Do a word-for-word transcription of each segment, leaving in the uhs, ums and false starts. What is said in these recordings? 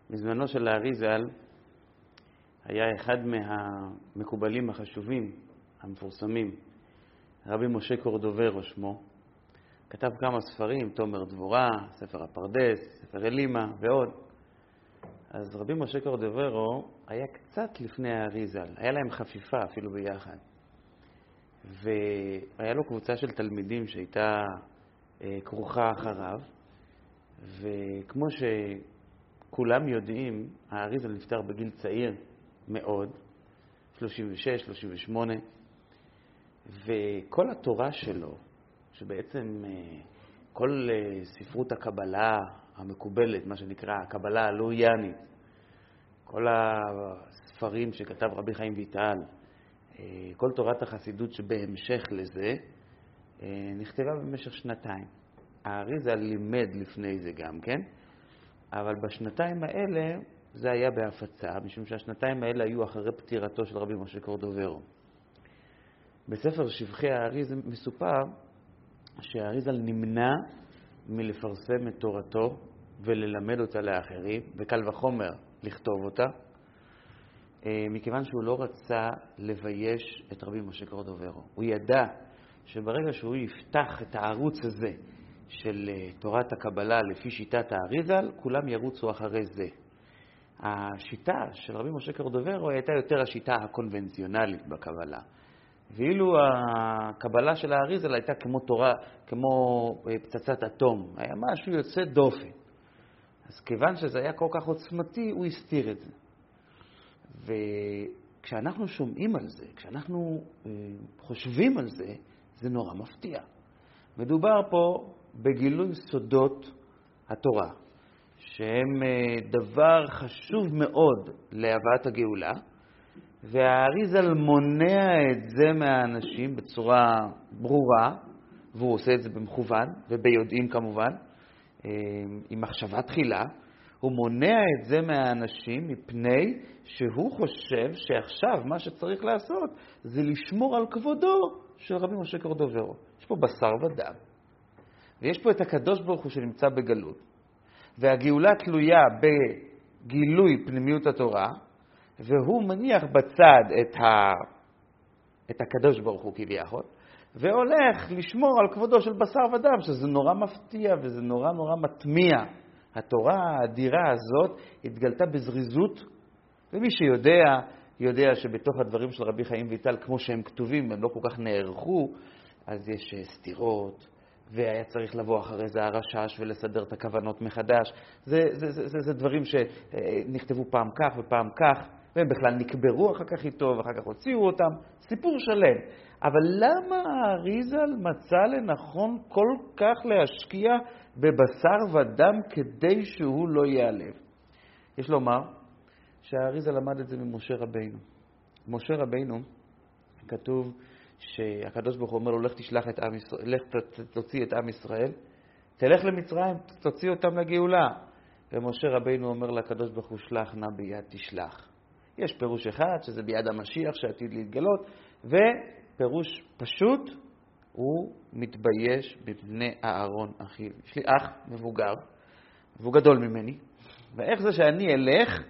בזמנו של האריז"ל היה אחד מהמקובלים החשובים, המפורסמים, רבי משה קורדוברו שמו. כתב כמה ספרים, תומר דבורה, ספר הפרדס, ספר אלימה ועוד. אז רבי משה קורדוברו היה קצת לפני האריז"ל, היה להם חפיפה אפילו ביחד. והיה לו קבוצה של תלמידים שהייתה אה, כרוכה אחריו, וכמו שכולם יודעים, האריז"ל נפטר בגיל צעיר מאוד, שלושים ושש שלושים ושמונה, וכל התורה שלו, שבעצם אה, כל אה, ספרות הקבלה המקובלת, מה שנקרא הקבלה הלויאנית, כל הספרים שכתב רבי חיים ויטל, כל תורת החסידות שבהמשך לזה, נכתבה במשך שנתיים. האריז"ל לימד לפני זה גם כן, אבל בשנתיים האלה זה היה בהפצה, משום שהשנתיים האלה היו אחרי פטירתו של רבי משה קורדוברו. בספר שבחי האריז"ל מסופר שהאריז"ל נמנע מלפרסם את תורתו וללמד אותה לאחרים, וקל וחומר לכתוב אותה, מכיוון שהוא לא רצה לבייש את רבי משה קורדוברו. הוא ידע שברגע שהוא יפתח את הערוץ הזה של תורת הקבלה לפי שיטת האריז"ל, כולם ירוצו אחרי זה. השיטה של רבי משה קורדוברו הייתה יותר השיטה הקונבנציונלית בקבלה. ואילו הקבלה של האריז"ל הייתה כמו תורה, כמו פצצת אטום. היה משהו יוצא דופן. אז כיוון שזה היה כל כך עוצמתי, הוא הסתיר את זה. וכשאנחנו שומעים על זה, כשאנחנו חושבים על זה, זה נורא מפתיע. מדובר פה בגילוי סודות התורה, שהם דבר חשוב מאוד להבאת הגאולה, והאריז"ל מונע את זה מהאנשים בצורה ברורה, והוא עושה את זה במכוון וביודעים כמובן, עם מחשבה תחילה. הוא מונע את זה מהאנשים מפני שהוא חושב שעכשיו מה שצריך לעשות זה לשמור על כבודו של רבי משה קורדוברו. יש פה בשר ודם, ויש פה את הקדוש ברוך הוא שנמצא בגלות, והגאולה תלויה בגילוי פנימיות התורה, והוא מניח בצד את, ה... את הקדוש ברוך הוא כביכול, והולך לשמור על כבודו של בשר ודם, שזה נורא מפתיע וזה נורא נורא מטמיע. התורה האדירה הזאת התגלתה בזריזות, ומי שיודע, יודע שבתוך הדברים של רבי חיים ויטל, כמו שהם כתובים, הם לא כל כך נערכו, אז יש סתירות, והיה צריך לבוא אחרי זה הרשש ולסדר את הכוונות מחדש. זה, זה, זה, זה, זה דברים שנכתבו פעם כך ופעם כך, והם בכלל נקברו אחר כך איתו, ואחר כך הוציאו אותם. סיפור שלם. אבל למה האריז"ל מצא לנכון כל כך להשקיע בבשר ודם כדי שהוא לא ייעלב? יש לומר שהאריז"ל למד את זה ממשה רבינו. משה רבינו, כתוב שהקדוש ברוך הוא אומר לו, לך תשלח את עם ישראל, לך תוציא את עם ישראל, תלך למצרים, תוציא אותם לגאולה. ומשה רבינו אומר לקדוש ברוך הוא, שלח נא ביד תשלח. יש פירוש אחד שזה ביד המשיח שעתיד להתגלות, ופירוש פשוט, הוא מתבייש בפני אהרון אחיו. יש לי אח מבוגר, והוא גדול ממני, ואיך זה שאני אלך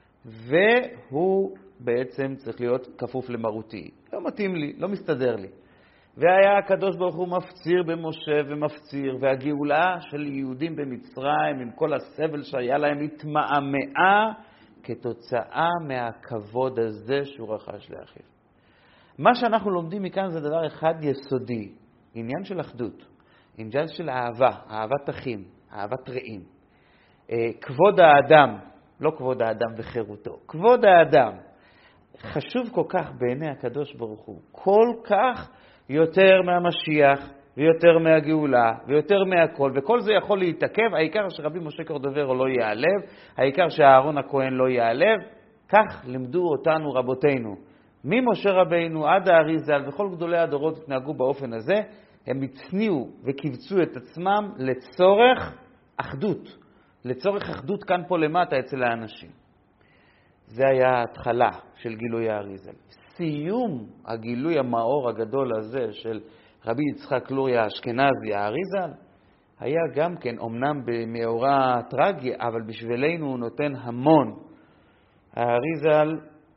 והוא בעצם צריך להיות כפוף למרותי? לא מתאים לי, לא מסתדר לי. והיה הקדוש ברוך הוא מפציר במשה ומפציר, והגאולה של יהודים במצרים עם כל הסבל שהיה להם התמעמעה כתוצאה מהכבוד הזה שהוא רכש לאחיו. מה שאנחנו לומדים מכאן זה דבר אחד יסודי, עניין של אחדות, עניין של אהבה, אהבת אחים, אהבת רעים. כבוד האדם, לא כבוד האדם וחירותו, כבוד האדם חשוב כל כך בעיני הקדוש ברוך הוא, כל כך יותר מהמשיח ויותר מהגאולה ויותר מהכל, וכל זה יכול להתעכב. העיקר שרבי משה קורדוברו לא ייעלב, העיקר שאהרון הכהן לא ייעלב. כך לימדו אותנו רבותינו ממשה רבינו עד האריז"ל, וכל גדולי הדורות התנהגו באופן הזה. הם הצניעו וקיבצו את עצמם לצורך אחדות, לצורך אחדות כאן פה למטה אצל האנשים. זה היה ההתחלה של גילוי האריז"ל. סיום הגילוי המאור הגדול הזה של רבי יצחק לוריה האשכנזי האריז"ל היה גם כן, אומנם במאורע טרגי, אבל בשבילנו הוא נותן המון. האריזל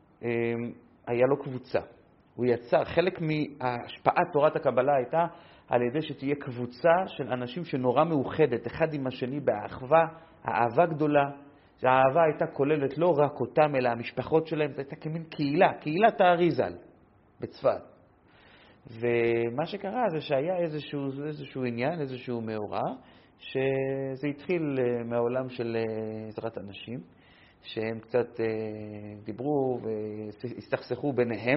היה לו קבוצה. הוא יצר, חלק מהשפעת תורת הקבלה הייתה על ידי שתהיה קבוצה של אנשים שנורא מאוחדת, אחד עם השני באחווה, האהבה גדולה. האהבה הייתה כוללת לא רק אותם, אלא המשפחות שלהם, זה הייתה כמין קהילה, קהילת האריזל בצפת. ומה שקרה זה שהיה איזשהו, איזשהו עניין, איזשהו מאורע, שזה התחיל מהעולם של עזרת אנשים, שהם קצת דיברו והסתכסכו ביניהם,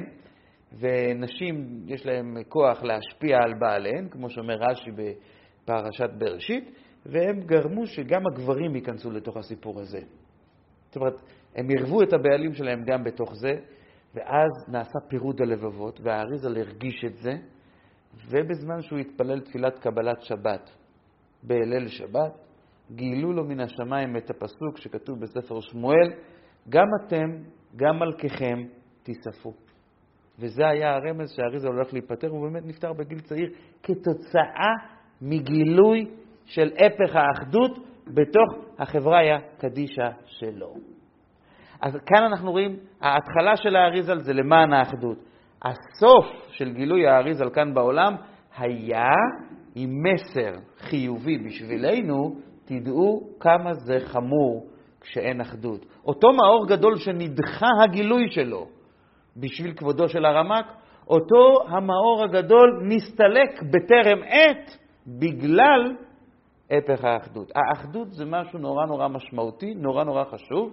ונשים יש להם כוח להשפיע על בעליהן, כמו שאומר רש"י בפרשת בראשית, והם גרמו שגם הגברים ייכנסו לתוך הסיפור הזה. זאת אומרת, הם ירבו את הבעלים שלהם גם בתוך זה, ואז נעשה פירוד הלבבות, והאריזל הרגיש את זה, ובזמן שהוא התפלל תפילת קבלת שבת, בליל שבת, גילו לו מן השמיים את הפסוק שכתוב בספר שמואל, גם אתם, גם מלככם, תיספו. וזה היה הרמז שהאריזל הולך להיפטר, הוא באמת נפטר בגיל צעיר, כתוצאה מגילוי של הפך האחדות בתוך החבריה קדישה שלו. אז כאן אנחנו רואים, ההתחלה של האריזל זה למען האחדות. הסוף של גילוי האריזל כאן בעולם היה עם מסר חיובי בשבילנו, תדעו כמה זה חמור כשאין אחדות. אותו מאור גדול שנדחה הגילוי שלו בשביל כבודו של הרמ"ק, אותו המאור הגדול נסתלק בטרם עת בגלל הפך האחדות. האחדות זה משהו נורא נורא משמעותי, נורא נורא חשוב,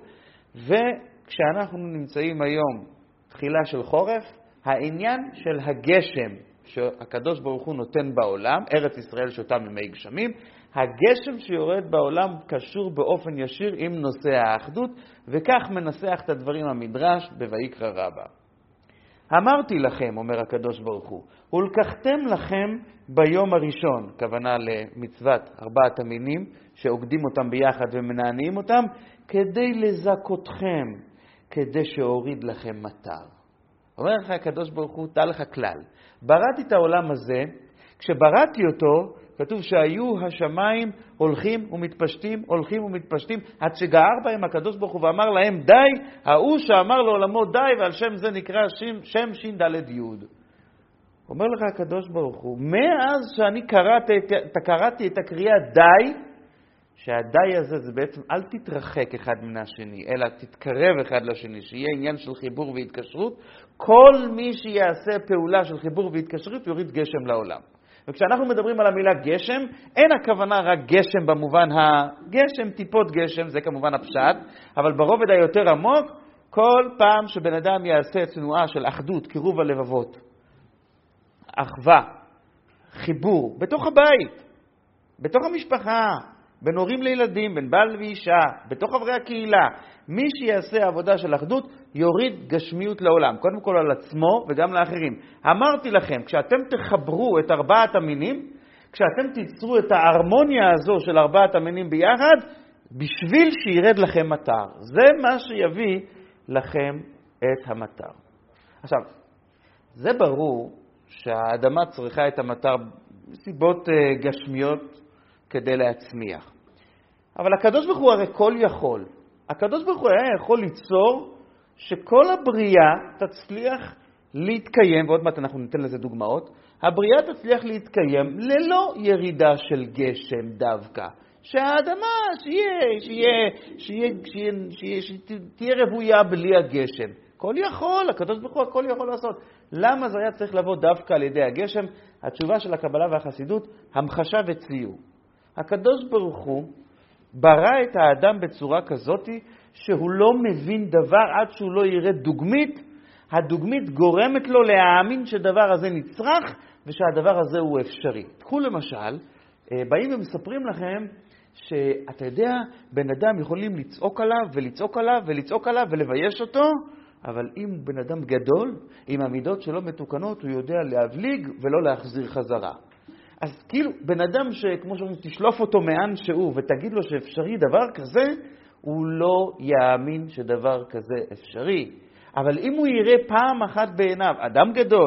וכשאנחנו נמצאים היום תחילה של חורף, העניין של הגשם שהקדוש ברוך הוא נותן בעולם, ארץ ישראל שותה ממי גשמים, הגשם שיורד בעולם קשור באופן ישיר עם נושא האחדות, וכך מנסח את הדברים המדרש בויקרא רבה. אמרתי לכם, אומר הקדוש ברוך הוא, ולקחתם לכם ביום הראשון, כוונה למצוות ארבעת המינים, שעוקדים אותם ביחד ומנענעים אותם, כדי לזכותכם, כדי שהוריד לכם מטר. אומר לך הקדוש ברוך הוא, תא לך כלל. בראתי את העולם הזה, כשבראתי אותו, כתוב שהיו השמיים הולכים ומתפשטים, הולכים ומתפשטים, עד שגער בהם הקדוש ברוך הוא ואמר להם די, ההוא שאמר לעולמו די, ועל שם זה נקרא שם, שם שין דלת יוד. אומר לך הקדוש ברוך הוא, מאז שאני קראתי, קראתי את הקריאה די, שהדי הזה זה בעצם אל תתרחק אחד מן השני, אלא תתקרב אחד לשני, שיהיה עניין של חיבור והתקשרות, כל מי שיעשה פעולה של חיבור והתקשרות יוריד גשם לעולם. וכשאנחנו מדברים על המילה גשם, אין הכוונה רק גשם במובן הגשם, טיפות גשם, זה כמובן הפשט, אבל ברובד היותר עמוק, כל פעם שבן אדם יעשה תנועה של אחדות, קירוב הלבבות, אחווה, חיבור, בתוך הבית, בתוך המשפחה, בין הורים לילדים, בין בעל ואישה, בתוך חברי הקהילה, מי שיעשה עבודה של אחדות, יוריד גשמיות לעולם, קודם כל על עצמו וגם לאחרים. אמרתי לכם, כשאתם תחברו את ארבעת המינים, כשאתם תיצרו את ההרמוניה הזו של ארבעת המינים ביחד, בשביל שירד לכם מטר. זה מה שיביא לכם את המטר. עכשיו, זה ברור שהאדמה צריכה את המטר בסיבות גשמיות כדי להצמיח. אבל הקדוש ברוך הוא הרי כל יכול. הקדוש ברוך הוא היה יכול ליצור שכל הבריאה תצליח להתקיים, ועוד מעט אנחנו ניתן לזה דוגמאות, הבריאה תצליח להתקיים ללא ירידה של גשם דווקא. שהאדמה שיהיה, שיהיה, שיהיה, שיהיה, שיהיה, שתהיה רבויה בלי הגשם. כל יכול, הקדוש ברוך הוא הכל יכול לעשות. למה זה היה צריך לבוא דווקא על ידי הגשם? התשובה של הקבלה והחסידות, המחשה וציור. הקדוש ברוך הוא ברא את האדם בצורה כזאת שהוא לא מבין דבר עד שהוא לא יראה דוגמית. הדוגמית גורמת לו להאמין שדבר הזה נצרך ושהדבר הזה הוא אפשרי. תקחו למשל, באים ומספרים לכם שאתה יודע, בן אדם יכולים לצעוק עליו ולצעוק עליו ולצעוק עליו ולבייש אותו, אבל אם בן אדם גדול, עם המידות שלו מתוקנות, הוא יודע להבליג ולא להחזיר חזרה. אז כאילו, בן אדם שכמו שאומרים, תשלוף אותו מאן שהוא ותגיד לו שאפשרי דבר כזה, הוא לא יאמין שדבר כזה אפשרי. אבל אם הוא יראה פעם אחת בעיניו, אדם גדול,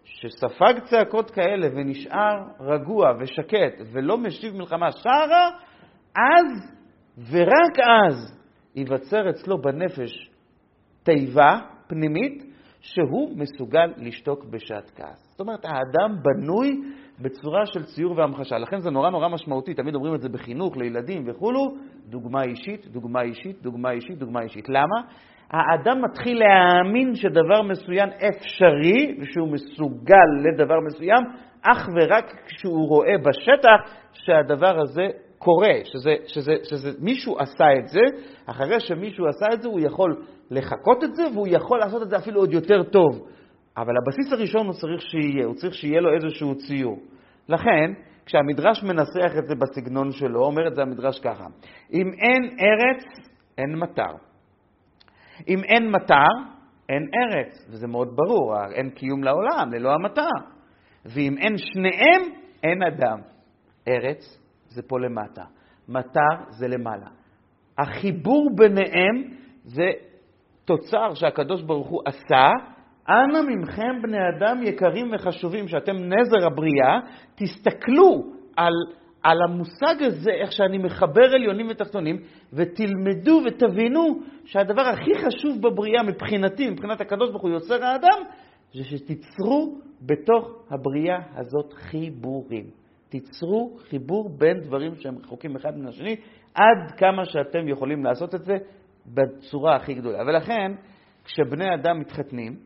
שספג צעקות כאלה ונשאר רגוע ושקט ולא משיב מלחמה שערה, אז ורק אז ייווצר אצלו בנפש תיבה פנימית שהוא מסוגל לשתוק בשעת כעס. זאת אומרת, האדם בנוי בצורה של ציור והמחשה. לכן זה נורא נורא משמעותי, תמיד אומרים את זה בחינוך לילדים וכולו, דוגמה אישית, דוגמה אישית, דוגמה אישית, דוגמה אישית. למה? האדם מתחיל להאמין שדבר מסוים אפשרי ושהוא מסוגל לדבר מסוים, אך ורק כשהוא רואה בשטח שהדבר הזה קורה, שזה, שזה, שזה מישהו עשה את זה, אחרי שמישהו עשה את זה הוא יכול לחכות את זה והוא יכול לעשות את זה אפילו עוד יותר טוב. אבל הבסיס הראשון הוא צריך שיהיה, הוא צריך שיהיה לו איזשהו ציור. לכן, כשהמדרש מנסח את זה בסגנון שלו, אומר את זה המדרש ככה: אם אין ארץ, אין מטר. אם אין מטר, אין ארץ. וזה מאוד ברור, אין קיום לעולם, ללא המטר. ואם אין שניהם, אין אדם. ארץ זה פה למטה, מטר זה למעלה. החיבור ביניהם זה תוצר שהקדוש ברוך הוא עשה. אנא ממכם בני אדם יקרים וחשובים, שאתם נזר הבריאה, תסתכלו על, על המושג הזה, איך שאני מחבר עליונים ותחתונים, ותלמדו ותבינו שהדבר הכי חשוב בבריאה מבחינתי, מבחינת הקדוש ברוך הוא יוצר האדם, זה שתיצרו בתוך הבריאה הזאת חיבורים. תיצרו חיבור בין דברים שהם רחוקים אחד מן השני, עד כמה שאתם יכולים לעשות את זה בצורה הכי גדולה. ולכן, כשבני אדם מתחתנים,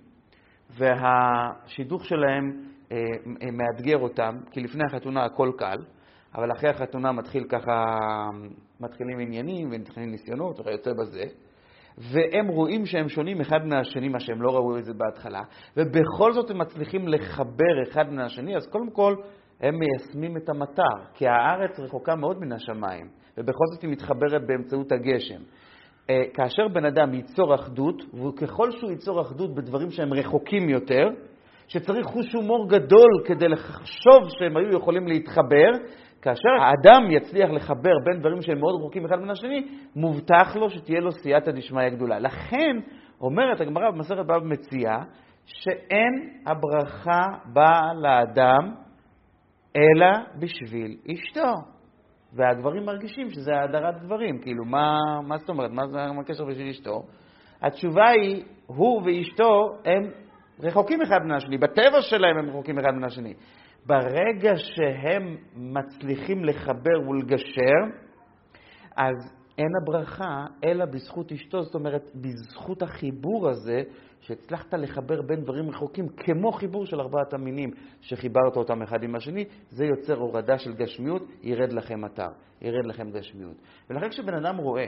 והשידוך שלהם אה, מאתגר אותם, כי לפני החתונה הכל קל, אבל אחרי החתונה מתחיל ככה, מתחילים עניינים ומתחילים ניסיונות וכיוצא בזה, והם רואים שהם שונים אחד מהשני, מה שהם לא ראו את זה בהתחלה, ובכל זאת הם מצליחים לחבר אחד מהשני, אז קודם כל הם מיישמים את המטר, כי הארץ רחוקה מאוד מן השמיים, ובכל זאת היא מתחברת באמצעות הגשם. כאשר בן אדם ייצור אחדות, וככל שהוא ייצור אחדות בדברים שהם רחוקים יותר, שצריך חוש הומור גדול כדי לחשוב שהם היו יכולים להתחבר, כאשר האדם יצליח לחבר בין דברים שהם מאוד רחוקים אחד מן השני, מובטח לו שתהיה לו סייעתא דשמיא גדולה. לכן אומרת הגמרא במסכת בבא מציעא, שאין הברכה באה לאדם אלא בשביל אשתו. והגברים מרגישים שזה הדרת גברים. כאילו, מה, מה זאת אומרת? מה זה הקשר בשביל אשתו? התשובה היא, הוא ואשתו הם רחוקים אחד מן השני. בטבע שלהם הם רחוקים אחד מן השני. ברגע שהם מצליחים לחבר ולגשר, אז אין הברכה אלא בזכות אשתו. זאת אומרת, בזכות החיבור הזה, שהצלחת לחבר בין דברים רחוקים, כמו חיבור של ארבעת המינים שחיברת אותם אחד עם השני, זה יוצר הורדה של גשמיות, ירד לכם מטר, ירד לכם גשמיות. ולכן כשבן אדם רואה,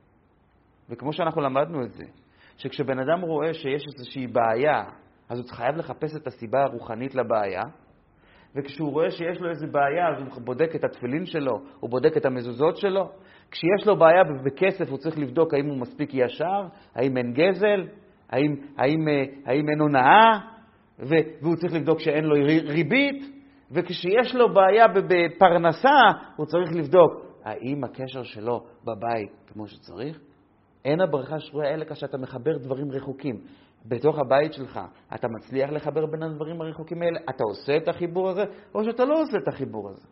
וכמו שאנחנו למדנו את זה, שכשבן אדם רואה שיש איזושהי בעיה, אז הוא חייב לחפש את הסיבה הרוחנית לבעיה, וכשהוא רואה שיש לו איזו בעיה, אז הוא בודק את התפילין שלו, הוא בודק את המזוזות שלו. כשיש לו בעיה בכסף, הוא צריך לבדוק האם הוא מספיק ישר, האם אין גזל, האם, האם, האם אין הונאה, והוא צריך לבדוק שאין לו ריבית, וכשיש לו בעיה בפרנסה, הוא צריך לבדוק האם הקשר שלו בבית כמו שצריך. אין הברכה שרויה אלא כשאתה מחבר דברים רחוקים. בתוך הבית שלך, אתה מצליח לחבר בין הדברים הרחוקים האלה? אתה עושה את החיבור הזה, או שאתה לא עושה את החיבור הזה?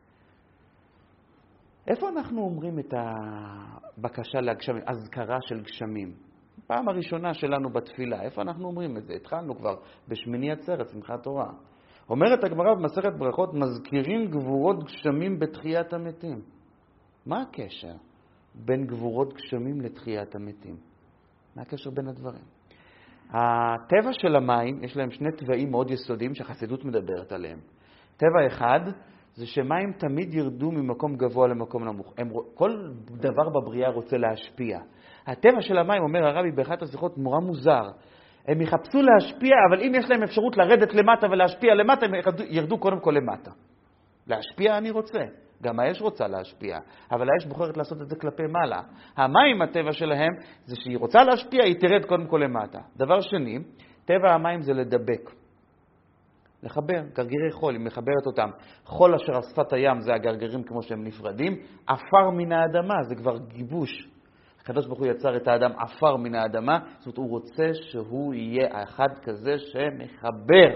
איפה אנחנו אומרים את הבקשה להגשמים, הזכרה של גשמים? פעם הראשונה שלנו בתפילה, איפה אנחנו אומרים את זה? התחלנו כבר בשמיני עצרת, שמחת תורה. אומרת הגמרא במסכת ברכות, מזכירים גבורות גשמים בתחיית המתים. מה הקשר בין גבורות גשמים לתחיית המתים? מה הקשר בין הדברים? הטבע של המים, יש להם שני טבעים מאוד יסודיים שהחסידות מדברת עליהם. טבע אחד, זה שמים תמיד ירדו ממקום גבוה למקום נמוך. הם, כל דבר בבריאה רוצה להשפיע. הטבע של המים, אומר הרבי באחת השיחות, מורה מוזר. הם יחפשו להשפיע, אבל אם יש להם אפשרות לרדת למטה ולהשפיע למטה, הם ירדו, ירדו קודם כל למטה. להשפיע אני רוצה. גם האש רוצה להשפיע, אבל האש בוחרת לעשות את זה כלפי מעלה. המים, הטבע שלהם, זה שהיא רוצה להשפיע, היא תרד קודם כל למטה. דבר שני, טבע המים זה לדבק. לחבר, גרגירי חול, היא מחברת אותם. חול אשר על שפת הים זה הגרגרים כמו שהם נפרדים. עפר מן האדמה, זה כבר גיבוש. הקדוש ברוך הוא יצר את האדם עפר מן האדמה, זאת אומרת, הוא רוצה שהוא יהיה אחד כזה שמחבר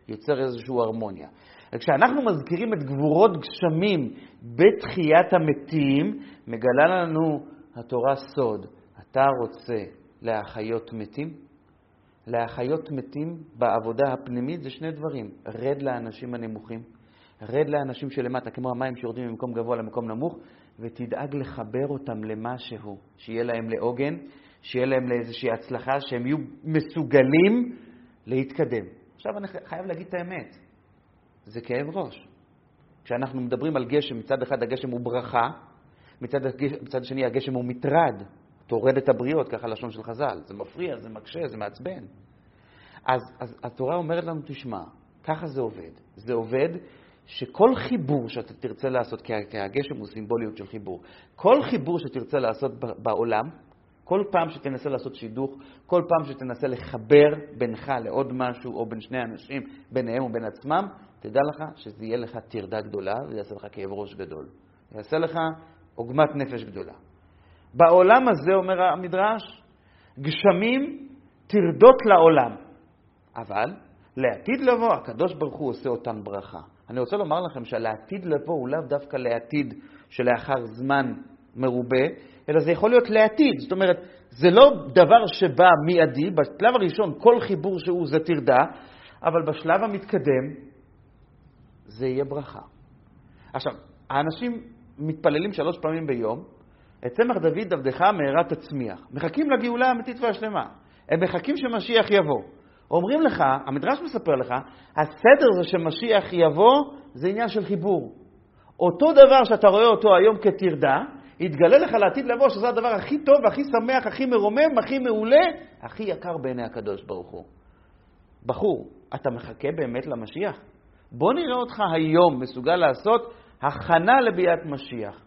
יוצר איזושהי הרמוניה. כשאנחנו מזכירים את גבורות גשמים בתחיית המתים, מגלה לנו התורה סוד. אתה רוצה להחיות מתים? להחיות מתים בעבודה הפנימית זה שני דברים. רד לאנשים הנמוכים, רד לאנשים שלמטה, כמו המים שיורדים ממקום גבוה למקום נמוך, ותדאג לחבר אותם למשהו, שיהיה להם לעוגן, שיהיה להם לאיזושהי הצלחה, שהם יהיו מסוגלים להתקדם. עכשיו אני חייב להגיד את האמת, זה כאב ראש. כשאנחנו מדברים על גשם, מצד אחד הגשם הוא ברכה, מצד, מצד שני הגשם הוא מטרד, תורד את הבריות, ככה לשון של חז"ל. זה מפריע, זה מקשה, זה מעצבן. אז, אז התורה אומרת לנו, תשמע, ככה זה עובד. זה עובד שכל חיבור שאתה תרצה לעשות, כי הגשם הוא סימבוליות של חיבור, כל חיבור שתרצה לעשות בעולם, כל פעם שתנסה לעשות שידוך, כל פעם שתנסה לחבר בינך לעוד משהו, או בין שני אנשים, ביניהם ובין עצמם, תדע לך שזה יהיה לך תרדה גדולה, וזה יעשה לך כאב ראש גדול. זה יעשה לך עוגמת נפש גדולה. בעולם הזה, אומר המדרש, גשמים תרדות לעולם. אבל לעתיד לבוא, הקדוש ברוך הוא עושה אותן ברכה. אני רוצה לומר לכם שלעתיד לבוא הוא לאו דווקא לעתיד שלאחר זמן מרובה, אלא זה יכול להיות לעתיד. זאת אומרת, זה לא דבר שבא מיידי. בשלב הראשון כל חיבור שהוא זה תרדה, אבל בשלב המתקדם זה יהיה ברכה. עכשיו, האנשים מתפללים שלוש פעמים ביום, את צמח דוד עבדך מהרה תצמיח. מחכים לגאולה האמיתית והשלמה. הם מחכים שמשיח יבוא. אומרים לך, המדרש מספר לך, הסדר זה שמשיח יבוא, זה עניין של חיבור. אותו דבר שאתה רואה אותו היום כתרדה, יתגלה לך לעתיד לבוא, שזה הדבר הכי טוב, הכי שמח, הכי מרומם, הכי מעולה, הכי יקר בעיני הקדוש ברוך הוא. בחור, אתה מחכה באמת למשיח? בוא נראה אותך היום מסוגל לעשות הכנה לביאת משיח.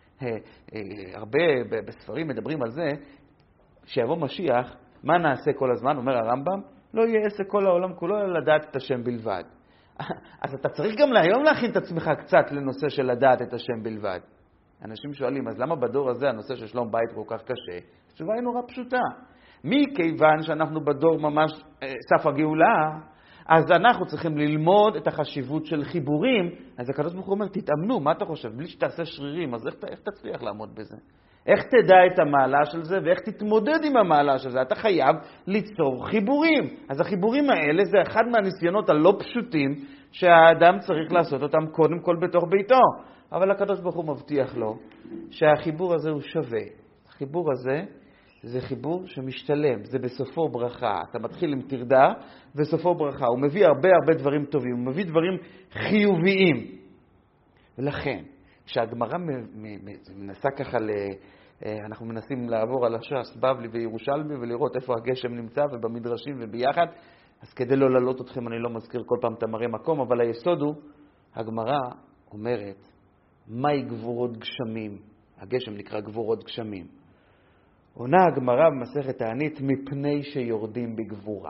הרבה בספרים מדברים על זה, שיבוא משיח, מה נעשה כל הזמן? אומר הרמב"ם, לא יהיה עסק כל העולם כולו, אלא לדעת את השם בלבד. אז אתה צריך גם להיום להכין את עצמך קצת לנושא של לדעת את השם בלבד. אנשים שואלים, אז למה בדור הזה הנושא של שלום בית כל כך קשה? התשובה היא נורא פשוטה. מכיוון שאנחנו בדור ממש סף הגאולה, אז אנחנו צריכים ללמוד את החשיבות של חיבורים. אז הקדוש ברוך הוא אומר, תתאמנו, מה אתה חושב? בלי שתעשה שרירים, אז איך, איך תצליח לעמוד בזה? איך תדע את המעלה של זה ואיך תתמודד עם המעלה של זה? אתה חייב ליצור חיבורים. אז החיבורים האלה זה אחד מהניסיונות הלא פשוטים שהאדם צריך לעשות אותם קודם כל בתוך ביתו. אבל הקדוש ברוך הוא מבטיח לו שהחיבור הזה הוא שווה. החיבור הזה זה חיבור שמשתלם, זה בסופו ברכה. אתה מתחיל עם תרדה וסופו ברכה. הוא מביא הרבה הרבה דברים טובים, הוא מביא דברים חיוביים. ולכן, כשהגמרא מנסה ככה, אנחנו מנסים לעבור על הש"ס, בבלי וירושלמי ולראות איפה הגשם נמצא ובמדרשים וביחד, אז כדי לא לעלות אתכם אני לא מזכיר כל פעם את המראה מקום, אבל היסוד הוא, הגמרא אומרת, מהי גבורות גשמים? הגשם נקרא גבורות גשמים. עונה הגמרא במסכת תענית, מפני שיורדים בגבורה.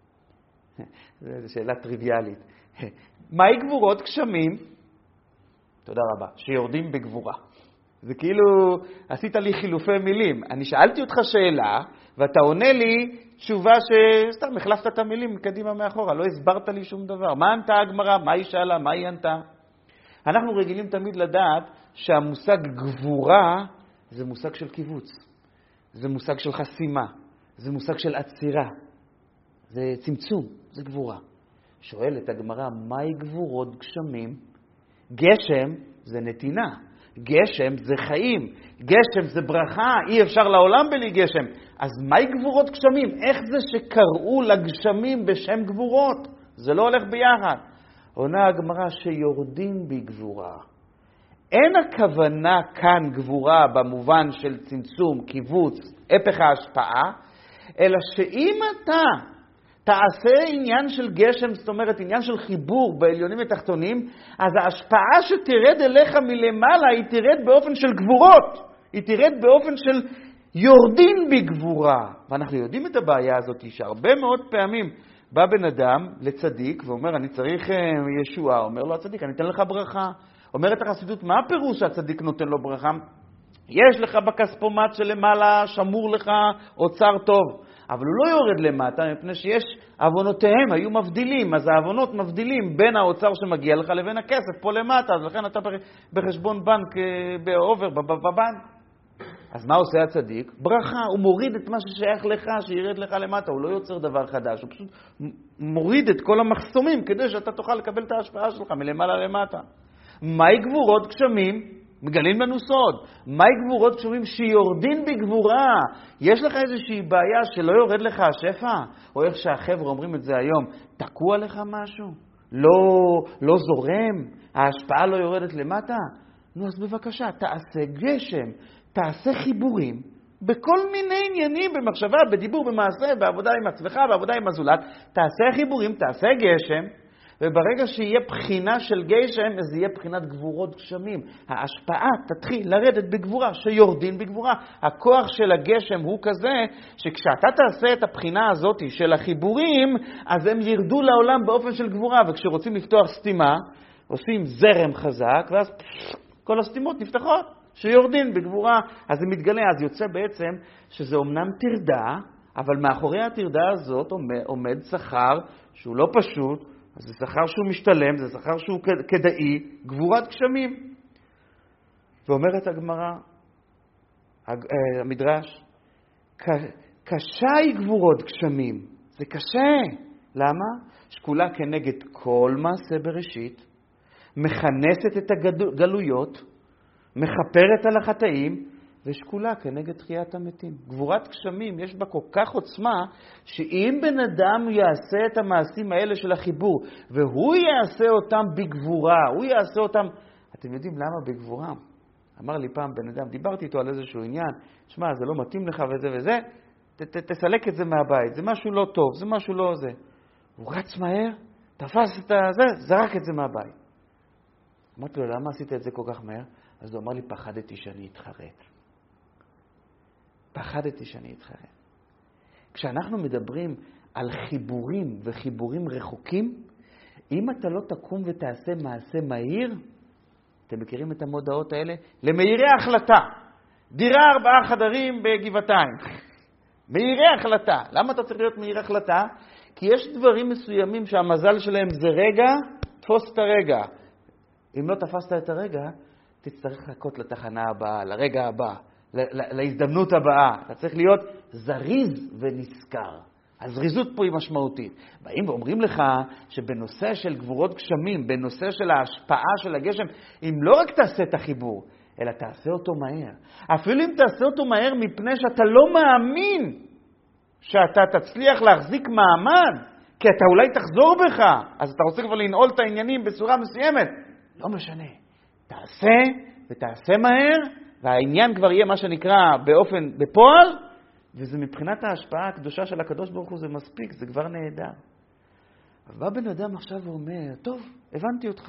זו שאלה טריוויאלית. מהי גבורות גשמים? תודה רבה. שיורדים בגבורה. זה כאילו, עשית לי חילופי מילים. אני שאלתי אותך שאלה, ואתה עונה לי תשובה שסתם החלפת את המילים קדימה מאחורה. לא הסברת לי שום דבר. מה ענתה הגמרא? מה היא שאלה? מה היא ענתה? אנחנו רגילים תמיד לדעת שהמושג גבורה זה מושג של קיבוץ. זה מושג של חסימה. זה מושג של עצירה. זה צמצום. זה גבורה. שואלת הגמרא, מהי גבורות גשמים? גשם זה נתינה. גשם זה חיים. גשם זה ברכה. אי אפשר לעולם בלי גשם. אז מהי גבורות גשמים? איך זה שקראו לגשמים בשם גבורות? זה לא הולך ביחד. עונה הגמרא שיורדים בגבורה. אין הכוונה כאן גבורה במובן של צמצום, קיבוץ, הפך ההשפעה, אלא שאם אתה תעשה עניין של גשם, זאת אומרת עניין של חיבור בעליונים ותחתונים, אז ההשפעה שתרד אליך מלמעלה היא תרד באופן של גבורות, היא תרד באופן של יורדים בגבורה. ואנחנו יודעים את הבעיה הזאת, שהרבה מאוד פעמים בא בן אדם לצדיק ואומר, אני צריך ישועה. אומר לו הצדיק, אני אתן לך ברכה. אומרת החסידות, מה הפירוש שהצדיק נותן לו ברכה? יש לך בכספומט שלמעלה, שמור לך אוצר טוב. אבל הוא לא יורד למטה, מפני שיש אבונותיהם, היו מבדילים, אז האבונות מבדילים בין האוצר שמגיע לך לבין הכסף פה למטה, אז לכן אתה בחשבון בנק, באובר, בבנק. אז מה עושה הצדיק? ברכה, הוא מוריד את מה ששייך לך, שירד לך למטה, הוא לא יוצר דבר חדש, הוא פשוט מוריד את כל המחסומים, כדי שאתה תוכל לקבל את ההשפעה שלך מלמעלה למטה. מהי גבורות גשמים? מגלים לנו סוד. מהי גבורות גשמים שיורדין בגבורה? יש לך איזושהי בעיה שלא יורד לך השפע? או איך שהחבר'ה אומרים את זה היום, תקוע לך משהו? לא, לא זורם? ההשפעה לא יורדת למטה? נו, אז בבקשה, תעשה גשם, תעשה חיבורים, בכל מיני עניינים, במחשבה, בדיבור, במעשה, בעבודה עם עצמך, בעבודה עם הזולת, תעשה חיבורים, תעשה גשם, וברגע שיהיה בחינה של גשם, אז יהיה בחינת גבורות גשמים. ההשפעה תתחיל לרדת בגבורה, שיורדין בגבורה. הכוח של הגשם הוא כזה, שכשאתה תעשה את הבחינה הזאת של החיבורים, אז הם ירדו לעולם באופן של גבורה, וכשרוצים לפתוח סתימה, עושים זרם חזק, ואז כל הסתימות נפתחות, שיורדין בגבורה. אז זה מתגלה, אז יוצא בעצם שזה אומנם תרדה, אבל מאחורי התרדה הזאת עומד שכר שהוא לא פשוט, אז זה שכר שהוא משתלם, זה שכר שהוא כדאי, גבורת גשמים. ואומרת הגמרא, המדרש, קשה היא גבורות גשמים. זה קשה. למה? שקולה כנגד כל מעשה בראשית, מכנסת את הגלויות, מחפרת על החטאים, ושקולה כנגד תחיית המתים. גבורת גשמים יש בה כל כך עוצמה, שאם בן אדם יעשה את המעשים האלה של החיבור, והוא יעשה אותם בגבורה, הוא יעשה אותם, אתם יודעים למה בגבורה? אמר לי פעם בן אדם, דיברתי איתו על איזשהו עניין, שמע, זה לא מתאים לך וזה וזה, ת, ת, תסלק את זה מהבית, זה משהו לא טוב, זה משהו לא זה. הוא רץ מהר, תפס את זה, זרק את זה מהבית. אמרתי לו, למה עשית את זה כל כך מהר? אז הוא אמר לי, פחדתי שאני אתחרט. פחדתי שאני אתחרט. כשאנחנו מדברים על חיבורים וחיבורים רחוקים, אם אתה לא תקום ותעשה מעשה מהיר, אתם מכירים את המודעות האלה? למהירי החלטה. דירה ארבעה חדרים בגבעתיים. מהירי החלטה. למה אתה צריך להיות מהיר החלטה? כי יש דברים מסוימים שהמזל שלהם זה רגע, תפוס את הרגע. אם לא תפסת את הרגע, תצטרך לחכות לתחנה הבאה, לרגע הבא, להזדמנות הבאה. אתה צריך להיות זריז ונזכר. הזריזות פה היא משמעותית. באים ואומרים לך שבנושא של גבורות גשמים, בנושא של ההשפעה של הגשם, אם לא רק תעשה את החיבור, אלא תעשה אותו מהר. אפילו אם תעשה אותו מהר מפני שאתה לא מאמין שאתה תצליח להחזיק מעמד, כי אתה אולי תחזור בך, אז אתה רוצה כבר לנעול את העניינים בצורה מסוימת. לא משנה. תעשה ותעשה מהר, והעניין כבר יהיה מה שנקרא באופן, בפועל, וזה מבחינת ההשפעה הקדושה של הקדוש ברוך הוא, זה מספיק, זה כבר נהדר. אבל בא בן אדם עכשיו ואומר, טוב, הבנתי אותך,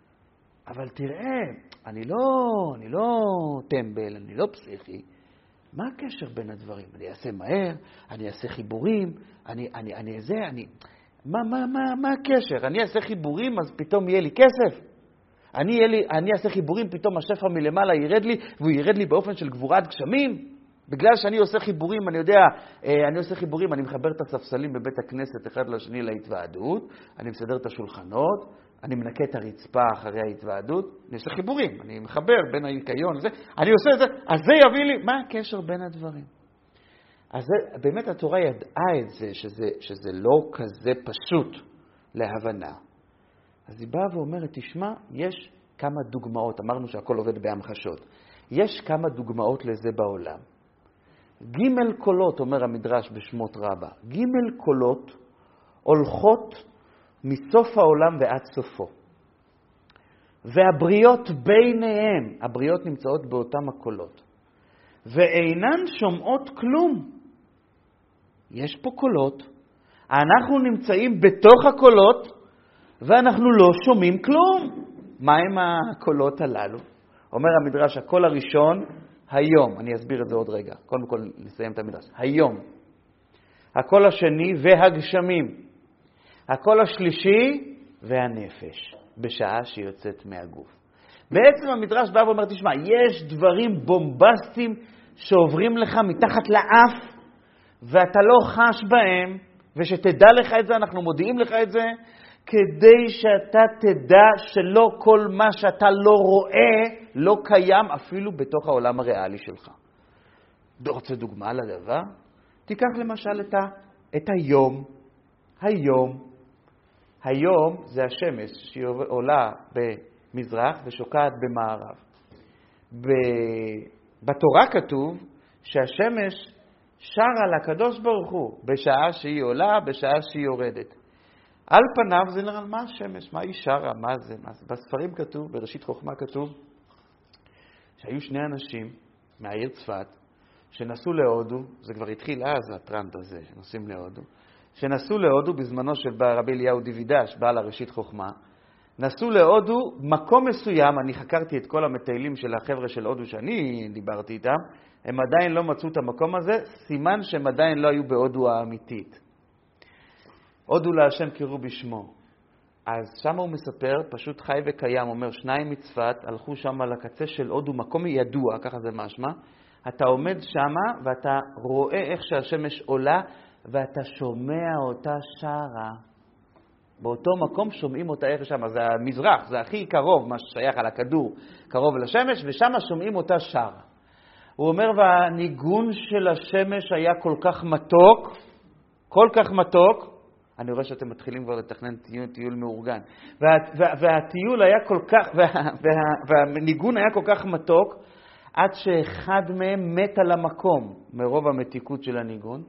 אבל תראה, אני לא, אני לא טמבל, אני לא פסיכי. מה הקשר בין הדברים? אני אעשה מהר, אני אעשה חיבורים, אני, אני, אני אעשה, אני... מה, מה, מה, מה הקשר? אני אעשה חיבורים, אז פתאום יהיה לי כסף? אני, יהיה לי, אני אעשה חיבורים, פתאום השפע מלמעלה ירד לי, והוא ירד לי באופן של גבורת גשמים? בגלל שאני עושה חיבורים, אני יודע, אני עושה חיבורים, אני מחבר את הספסלים בבית הכנסת אחד לשני להתוועדות, אני מסדר את השולחנות, אני מנקה את הרצפה אחרי ההתוועדות, אני עושה חיבורים, אני מחבר בין הניקיון לזה, אני עושה את זה, אז זה יביא לי, מה הקשר בין הדברים? אז זה, באמת התורה ידעה את זה, שזה, שזה לא כזה פשוט להבנה. אז היא באה ואומרת, תשמע, יש כמה דוגמאות, אמרנו שהכל עובד בהמחשות, יש כמה דוגמאות לזה בעולם. ג' קולות, אומר המדרש בשמות רבה, ג' קולות הולכות מסוף העולם ועד סופו. והבריות ביניהם, הבריות נמצאות באותם הקולות. ואינן שומעות כלום. יש פה קולות, אנחנו נמצאים בתוך הקולות, ואנחנו לא שומעים כלום. מה הם הקולות הללו? אומר המדרש, הקול הראשון, היום. אני אסביר את זה עוד רגע. קודם כל נסיים את המדרש. היום. הקול השני והגשמים. הקול השלישי והנפש. בשעה שיוצאת מהגוף. בעצם המדרש בא ואומר, תשמע, יש דברים בומבסטיים שעוברים לך מתחת לאף, ואתה לא חש בהם, ושתדע לך את זה, אנחנו מודיעים לך את זה, כדי שאתה תדע שלא כל מה שאתה לא רואה, לא קיים אפילו בתוך העולם הריאלי שלך. רוצה דוגמה לדבר? תיקח למשל את, ה, את היום. היום. היום זה השמש שהיא עולה במזרח ושוקעת במערב. בתורה כתוב שהשמש שרה לקדוש ברוך הוא בשעה שהיא עולה, בשעה שהיא יורדת. על פניו זה נראה מה השמש, מה היא שרה, מה זה, מה זה. בספרים כתוב, בראשית חוכמה כתוב, שהיו שני אנשים מהעיר צפת, שנסעו להודו, זה כבר התחיל אז הטרנד הזה, שנוסעים להודו, שנסעו להודו בזמנו של רבי אליהו דיווידש, בעל הראשית חוכמה, נסעו להודו, מקום מסוים, אני חקרתי את כל המטיילים של החבר'ה של הודו שאני דיברתי איתם, הם עדיין לא מצאו את המקום הזה, סימן שהם עדיין לא היו בהודו האמיתית. הודו להשם קראו בשמו. אז שם הוא מספר, פשוט חי וקיים, אומר, שניים מצפת, הלכו שם לקצה של הודו, מקום ידוע, ככה זה משמע, אתה עומד שם ואתה רואה איך שהשמש עולה, ואתה שומע אותה שרה. באותו מקום שומעים אותה איך שם, זה המזרח, זה הכי קרוב, מה ששייך על הכדור, קרוב לשמש, ושם שומעים אותה שרה. הוא אומר, והניגון של השמש היה כל כך מתוק, כל כך מתוק, אני רואה שאתם מתחילים כבר לתכנן טיול, טיול מאורגן, וה, וה, והטיול היה כל כך, וה, וה, והניגון היה כל כך מתוק, עד שאחד מהם מת על המקום, מרוב המתיקות של הניגון,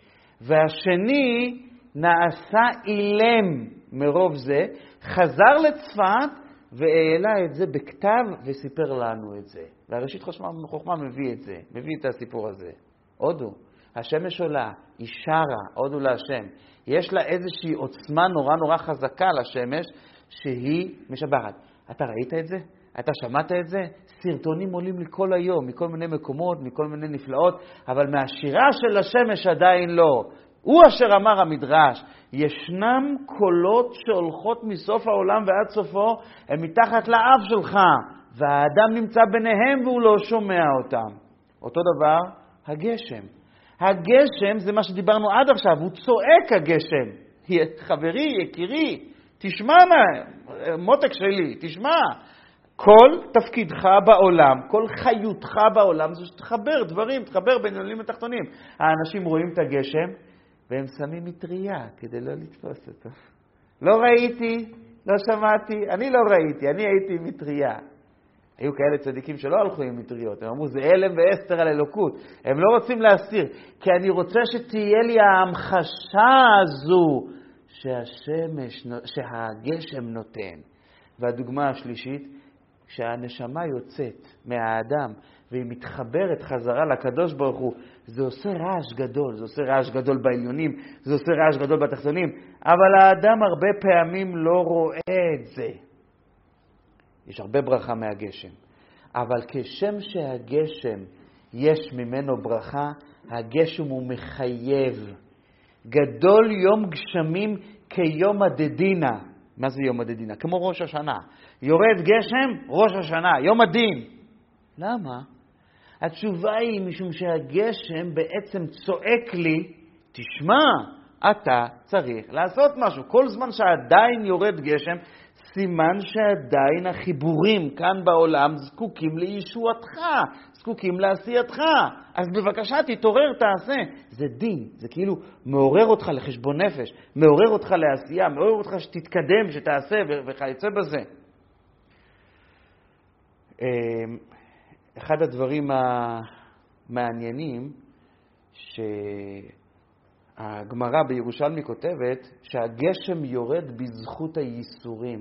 והשני נעשה אילם מרוב זה, חזר לצפת והעלה את זה בכתב וסיפר לנו את זה. והראשית חוכמה מביא את זה, מביא את הסיפור הזה. הודו, השמש עולה, היא שרה, הודו להשם. יש לה איזושהי עוצמה נורא נורא חזקה לשמש שהיא משבחת. אתה ראית את זה? אתה שמעת את זה? סרטונים עולים לי כל היום, מכל מיני מקומות, מכל מיני נפלאות, אבל מהשירה של השמש עדיין לא. הוא אשר אמר המדרש, ישנם קולות שהולכות מסוף העולם ועד סופו, הם מתחת לאף שלך, והאדם נמצא ביניהם והוא לא שומע אותם. אותו דבר, הגשם. הגשם זה מה שדיברנו עד עכשיו, הוא צועק הגשם. חברי, יקירי, תשמע מה, מותק שלי, תשמע. כל תפקידך בעולם, כל חיותך בעולם, זה שתחבר דברים, תחבר בין עולים ותחתונים. האנשים רואים את הגשם, והם שמים מטריה כדי לא לתפוס אותו. לא ראיתי, לא שמעתי, אני לא ראיתי, אני הייתי עם מטריה. היו כאלה צדיקים שלא הלכו עם מטריות, הם אמרו, זה אלם ואסתר על אלוקות. הם לא רוצים להסתיר, כי אני רוצה שתהיה לי ההמחשה הזו שהשמש, שהגשם נותן. והדוגמה השלישית, כשהנשמה יוצאת מהאדם והיא מתחברת חזרה לקדוש ברוך הוא, זה עושה רעש גדול, זה עושה רעש גדול בעליונים, זה עושה רעש גדול בתחתונים, אבל האדם הרבה פעמים לא רואה את זה. יש הרבה ברכה מהגשם, אבל כשם שהגשם יש ממנו ברכה, הגשם הוא מחייב. גדול יום גשמים כיום הדדינה. מה זה יום הדדינה? כמו ראש השנה. יורד גשם, ראש השנה, יום הדין. למה? התשובה היא משום שהגשם בעצם צועק לי, תשמע, אתה צריך לעשות משהו. כל זמן שעדיין יורד גשם, סימן שעדיין החיבורים כאן בעולם זקוקים לישועתך, זקוקים לעשייתך. אז בבקשה תתעורר, תעשה. זה דין, זה כאילו מעורר אותך לחשבון נפש, מעורר אותך לעשייה, מעורר אותך שתתקדם, שתעשה וכיוצא בזה. אחד הדברים המעניינים שהגמרא בירושלמי כותבת, שהגשם יורד בזכות הייסורים.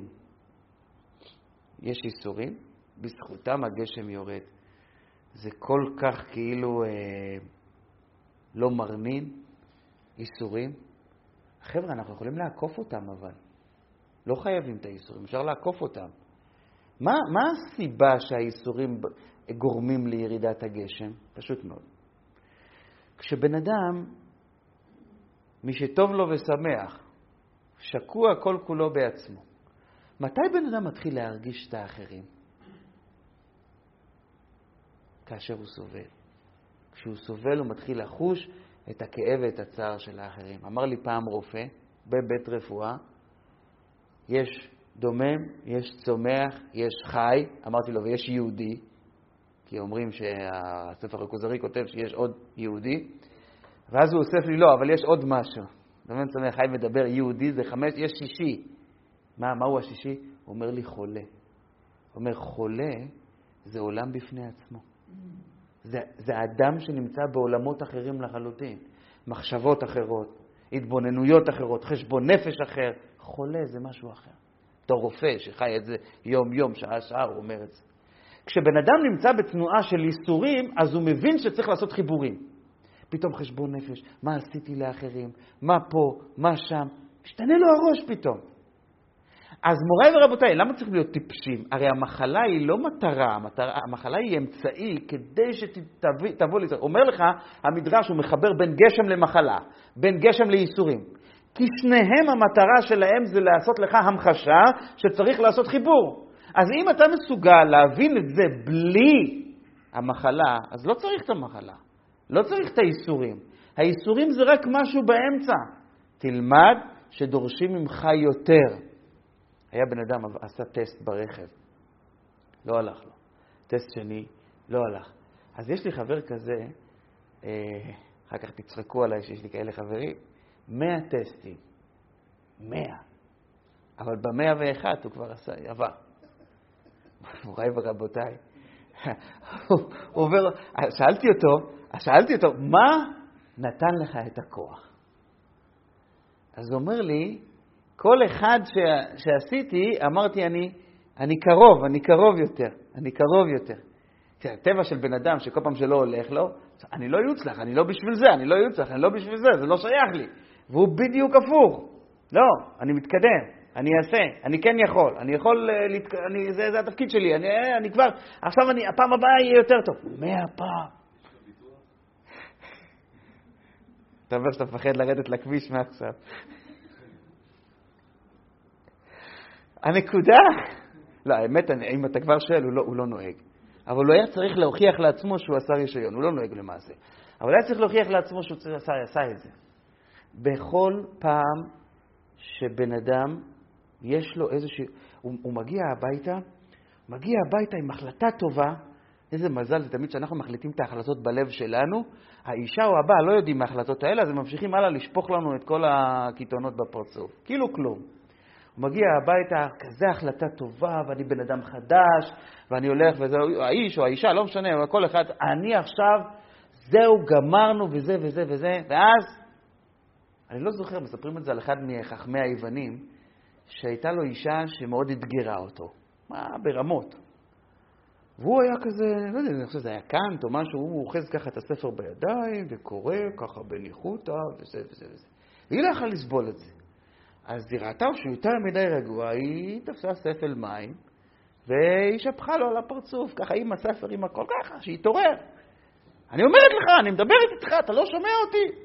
יש ייסורים, בזכותם הגשם יורד. זה כל כך כאילו אה, לא מרנין, ייסורים. חבר'ה, אנחנו יכולים לעקוף אותם, אבל לא חייבים את הייסורים, אפשר לעקוף אותם. מה, מה הסיבה שהייסורים גורמים לירידת הגשם? פשוט מאוד. כשבן אדם, מי שטוב לו ושמח, שקוע כל כולו בעצמו, מתי בן אדם מתחיל להרגיש את האחרים? כאשר הוא סובל. כשהוא סובל הוא מתחיל לחוש את הכאב ואת הצער של האחרים. אמר לי פעם רופא בבית רפואה, יש דומם, יש צומח, יש חי, אמרתי לו, ויש יהודי, כי אומרים שהספר הכוזרי כותב שיש עוד יהודי, ואז הוא אוסף לי, לא, אבל יש עוד משהו. דומם, צומח, חי מדבר, יהודי זה חמש, יש שישי. מה, מהו השישי? הוא אומר לי חולה. הוא אומר, חולה זה עולם בפני עצמו. זה, זה אדם שנמצא בעולמות אחרים לחלוטין. מחשבות אחרות, התבוננויות אחרות, חשבון נפש אחר. חולה זה משהו אחר. אותו רופא שחי את זה יום יום, שעה שעה, הוא אומר את זה. כשבן אדם נמצא בתנועה של איסורים, אז הוא מבין שצריך לעשות חיבורים. פתאום חשבון נפש, מה עשיתי לאחרים, מה פה, מה שם. משתנה לו הראש פתאום. אז מוריי ורבותיי, למה צריך להיות טיפשים? הרי המחלה היא לא מטרה, המטרה, המחלה היא אמצעי כדי שתבוא לישראל. אומר לך, המדרש הוא מחבר בין גשם למחלה, בין גשם לאיסורים. כי שניהם המטרה שלהם זה לעשות לך המחשה שצריך לעשות חיבור. אז אם אתה מסוגל להבין את זה בלי המחלה, אז לא צריך את המחלה. לא צריך את האיסורים. האיסורים זה רק משהו באמצע. תלמד שדורשים ממך יותר. היה בן אדם, עשה טסט ברכב. לא הלך לו. טסט שני, לא הלך. אז יש לי חבר כזה, אה, אחר כך תצחקו עליי שיש לי כאלה חברים, מאה טסטים. מאה. אבל במאה ואחת הוא כבר עשה, עבר. מוריי ורבותיי. הוא עובר, שאלתי אותו, שאלתי אותו, מה נתן לך את הכוח? אז הוא אומר לי, כל אחד ש, שעשיתי, אמרתי, אני, אני קרוב, אני קרוב יותר, אני קרוב יותר. הטבע של בן אדם שכל פעם שלא הולך לו, אני לא יוצלח, אני לא בשביל זה, אני לא יוצלח, אני לא בשביל זה, זה לא שייך לי. והוא בדיוק הפוך. לא, אני מתקדם, אני אעשה, אני כן יכול, אני יכול, אני, זה, זה התפקיד שלי, אני, אני כבר, עכשיו אני, הפעם הבאה יהיה יותר טוב. מאה פעם. אתה אומר שאתה מפחד לרדת לכביש מעכשיו. הנקודה, לא, האמת, אם אתה כבר שואל, הוא לא, הוא לא נוהג. אבל הוא היה צריך להוכיח לעצמו שהוא עשה רישיון, הוא לא נוהג למעשה. אבל היה צריך להוכיח לעצמו שהוא עשה, עשה את זה. בכל פעם שבן אדם, יש לו איזושהי, הוא, הוא מגיע הביתה, מגיע הביתה עם החלטה טובה, איזה מזל, זה תמיד שאנחנו מחליטים את ההחלטות בלב שלנו, האישה או הבא לא יודעים מההחלטות האלה, אז הם ממשיכים הלאה לשפוך לנו את כל הכיתונות בפרצוף. כאילו כלום. הוא מגיע הביתה, כזה החלטה טובה, ואני בן אדם חדש, ואני הולך, וזה האיש או האישה, לא משנה, כל אחד, אני עכשיו, זהו, גמרנו, וזה וזה וזה, ואז, אני לא זוכר, מספרים את זה על אחד מחכמי היוונים, שהייתה לו אישה שמאוד התגרה אותו. מה? ברמות. והוא היה כזה, לא יודע, אני חושב שזה היה קאנט או משהו, הוא אוחז ככה את הספר בידיים, וקורא ככה בניחותא, וזה וזה וזה. והיא לא יכלה לסבול את זה. אז היא ראתה שהוא יותר מדי רגוע, היא תפסה ספל מים, והיא שפכה לו על הפרצוף, ככה עם הספר, עם הכל ככה, שהתעורר. אני אומרת לך, אני מדברת איתך, אתה לא שומע אותי.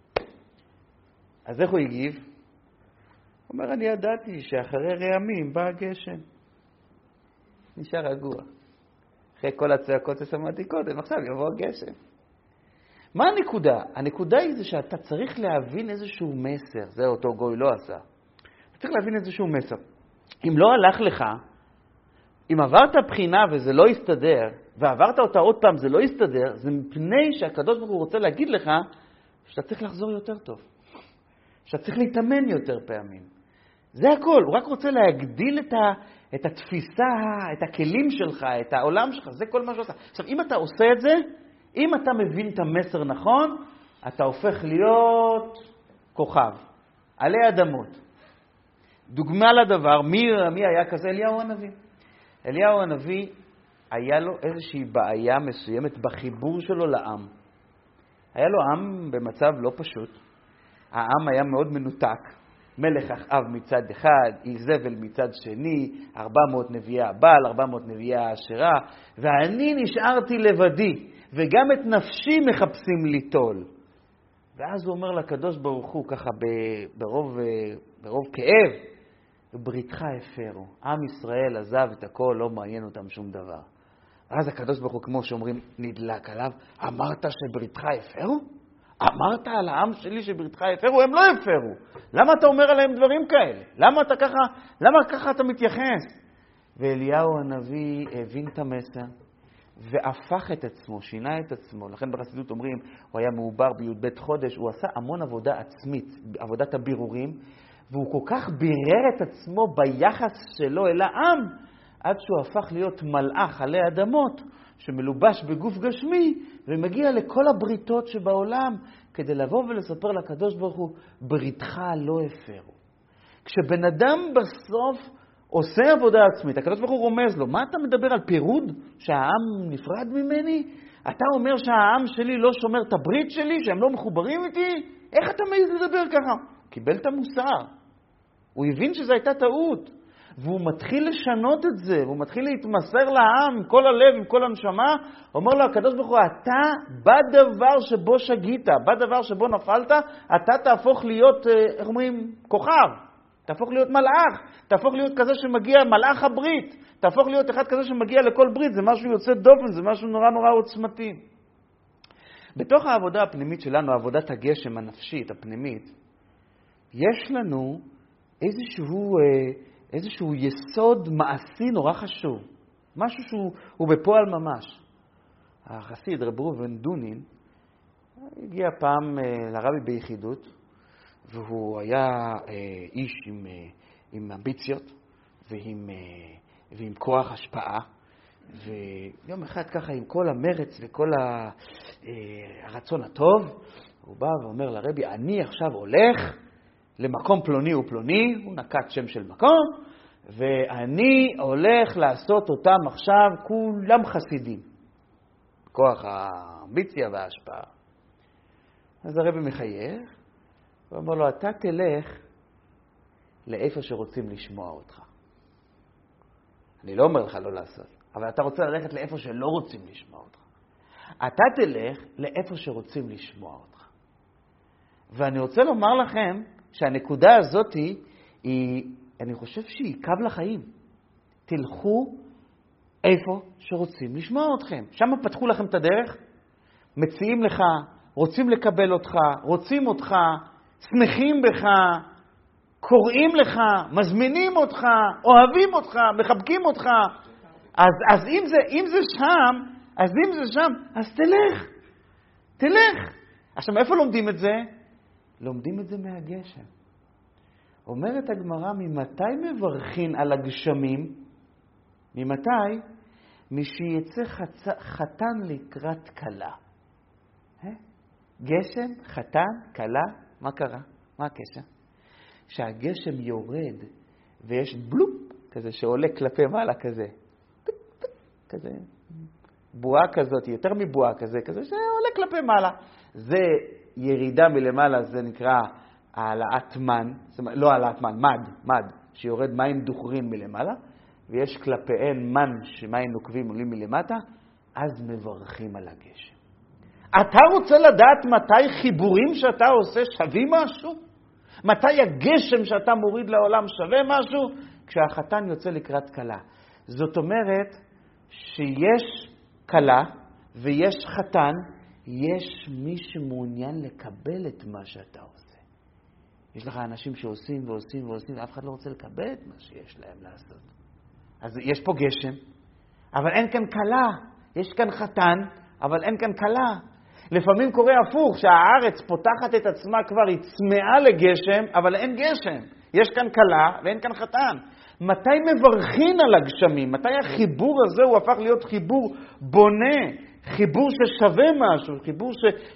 אז איך הוא הגיב? הוא אומר, אני ידעתי שאחרי רעמים בא הגשם. נשאר רגוע. אחרי כל הצעקות ששמעתי קודם, עכשיו יבוא הגשם. מה הנקודה? הנקודה היא זה שאתה צריך להבין איזשהו מסר. זה אותו גוי לא עשה. אתה צריך להבין איזשהו מסר. אם לא הלך לך, אם עברת בחינה וזה לא יסתדר, ועברת אותה עוד פעם זה לא יסתדר, זה מפני שהקדוש ברוך הוא רוצה להגיד לך שאתה צריך לחזור יותר טוב. שאתה צריך להתאמן יותר פעמים. זה הכל. הוא רק רוצה להגדיל את, ה, את התפיסה, את הכלים שלך, את העולם שלך. זה כל מה שעושה. עכשיו, אם אתה עושה את זה, אם אתה מבין את המסר נכון, אתה הופך להיות כוכב. עלי אדמות. דוגמה לדבר, מי, מי היה כזה? אליהו הנביא. אליהו הנביא, היה לו איזושהי בעיה מסוימת בחיבור שלו לעם. היה לו עם במצב לא פשוט. העם היה מאוד מנותק. מלך אחאב מצד אחד, איזבל מצד שני, ארבע מאות נביאי הבעל, ארבע מאות נביאי האשרה, ואני נשארתי לבדי, וגם את נפשי מחפשים ליטול. ואז הוא אומר לקדוש ברוך הוא, ככה ברוב, ברוב כאב, בריתך הפרו. עם ישראל עזב את הכל, לא מעניין אותם שום דבר. ואז הקדוש ברוך הוא, כמו שאומרים, נדלק עליו, אמרת שבריתך הפרו? אמרת על העם שלי שבריתך הפרו, הם לא הפרו. למה אתה אומר עליהם דברים כאלה? למה אתה ככה, למה ככה אתה מתייחס? ואליהו הנביא הבין את המסר, והפך את עצמו, שינה את עצמו. לכן בחסידות אומרים, הוא היה מעובר בי"ב חודש, הוא עשה המון עבודה עצמית, עבודת הבירורים, והוא כל כך בירר את עצמו ביחס שלו אל העם, עד שהוא הפך להיות מלאך עלי אדמות, שמלובש בגוף גשמי, ומגיע לכל הבריתות שבעולם, כדי לבוא ולספר לקדוש ברוך הוא, בריתך לא הפרו. כשבן אדם בסוף עושה עבודה עצמית, הקדוש ברוך הוא רומז לו, מה אתה מדבר על פירוד? שהעם נפרד ממני? אתה אומר שהעם שלי לא שומר את הברית שלי, שהם לא מחוברים איתי? איך אתה מעז לדבר ככה? קיבל את המוסר. הוא הבין שזו הייתה טעות. והוא מתחיל לשנות את זה, והוא מתחיל להתמסר לעם עם כל הלב, עם כל הנשמה. אומר לו הקדוש ברוך הוא, אתה בדבר שבו שגית, בדבר שבו נפלת, אתה תהפוך להיות, איך אומרים, כוכב. תהפוך להיות מלאך, תהפוך להיות כזה שמגיע, מלאך הברית, תהפוך להיות אחד כזה שמגיע לכל ברית, זה משהו יוצא דופן, זה משהו נורא נורא עוצמתי. בתוך העבודה הפנימית שלנו, עבודת הגשם הנפשית, הפנימית, יש לנו איזשהו, איזשהו יסוד מעשי נורא חשוב, משהו שהוא בפועל ממש. החסיד רב ראובן דונין הגיע פעם לרבי ביחידות, והוא היה אה, איש עם, אה, עם אמביציות ועם, אה, ועם כוח השפעה, ויום אחד ככה עם כל המרץ וכל ה, אה, הרצון הטוב, הוא בא ואומר לרבי, אני עכשיו הולך למקום פלוני ופלוני, הוא נקט שם של מקום, ואני הולך לעשות אותם עכשיו כולם חסידים. כוח האמביציה וההשפעה. אז הרבי מחייך, הוא אומר לו, אתה תלך לאיפה שרוצים לשמוע אותך. אני לא אומר לך לא לעשות, אבל אתה רוצה ללכת לאיפה שלא רוצים לשמוע אותך. אתה תלך לאיפה שרוצים לשמוע אותך. ואני רוצה לומר לכם שהנקודה הזאת היא, אני חושב שהיא קו לחיים. תלכו איפה שרוצים לשמוע אתכם. שם פתחו לכם את הדרך, מציעים לך, רוצים לקבל אותך, רוצים אותך, שמחים בך, קוראים לך, מזמינים אותך, אוהבים אותך, מחבקים אותך. אז, אז אם זה, אם זה שם, אז אם זה שם, אז תלך. תלך. עכשיו, מאיפה לומדים את זה? לומדים את זה מהגשם. אומרת הגמרא, ממתי מברכין על הגשמים? ממתי? משיצא חצ... חתן לקראת כלה. גשם, חתן, כלה, מה קרה? מה הקשר? שהגשם יורד ויש בלופ כזה שעולה כלפי מעלה כזה. כזה. בועה כזאת, יותר מבועה כזה, כזה שעולה כלפי מעלה. זה ירידה מלמעלה, זה נקרא העלאת מן, לא העלאת מן, מד, מד, שיורד מים דוחרין מלמעלה, ויש כלפיהן מן שמים נוקבים עולים מלמטה, אז מברכים על הגשם. אתה רוצה לדעת מתי חיבורים שאתה עושה שווים משהו? מתי הגשם שאתה מוריד לעולם שווה משהו? כשהחתן יוצא לקראת כלה. זאת אומרת שיש כלה ויש חתן, יש מי שמעוניין לקבל את מה שאתה עושה. יש לך אנשים שעושים ועושים ועושים, ואף אחד לא רוצה לקבל את מה שיש להם לעשות. אז יש פה גשם, אבל אין כאן כלה. יש כאן חתן, אבל אין כאן כלה. לפעמים קורה הפוך, שהארץ פותחת את עצמה כבר, היא צמאה לגשם, אבל אין גשם. יש כאן כלה ואין כאן חתן. מתי מברכין על הגשמים? מתי החיבור הזה הוא הפך להיות חיבור בונה, חיבור ששווה משהו, חיבור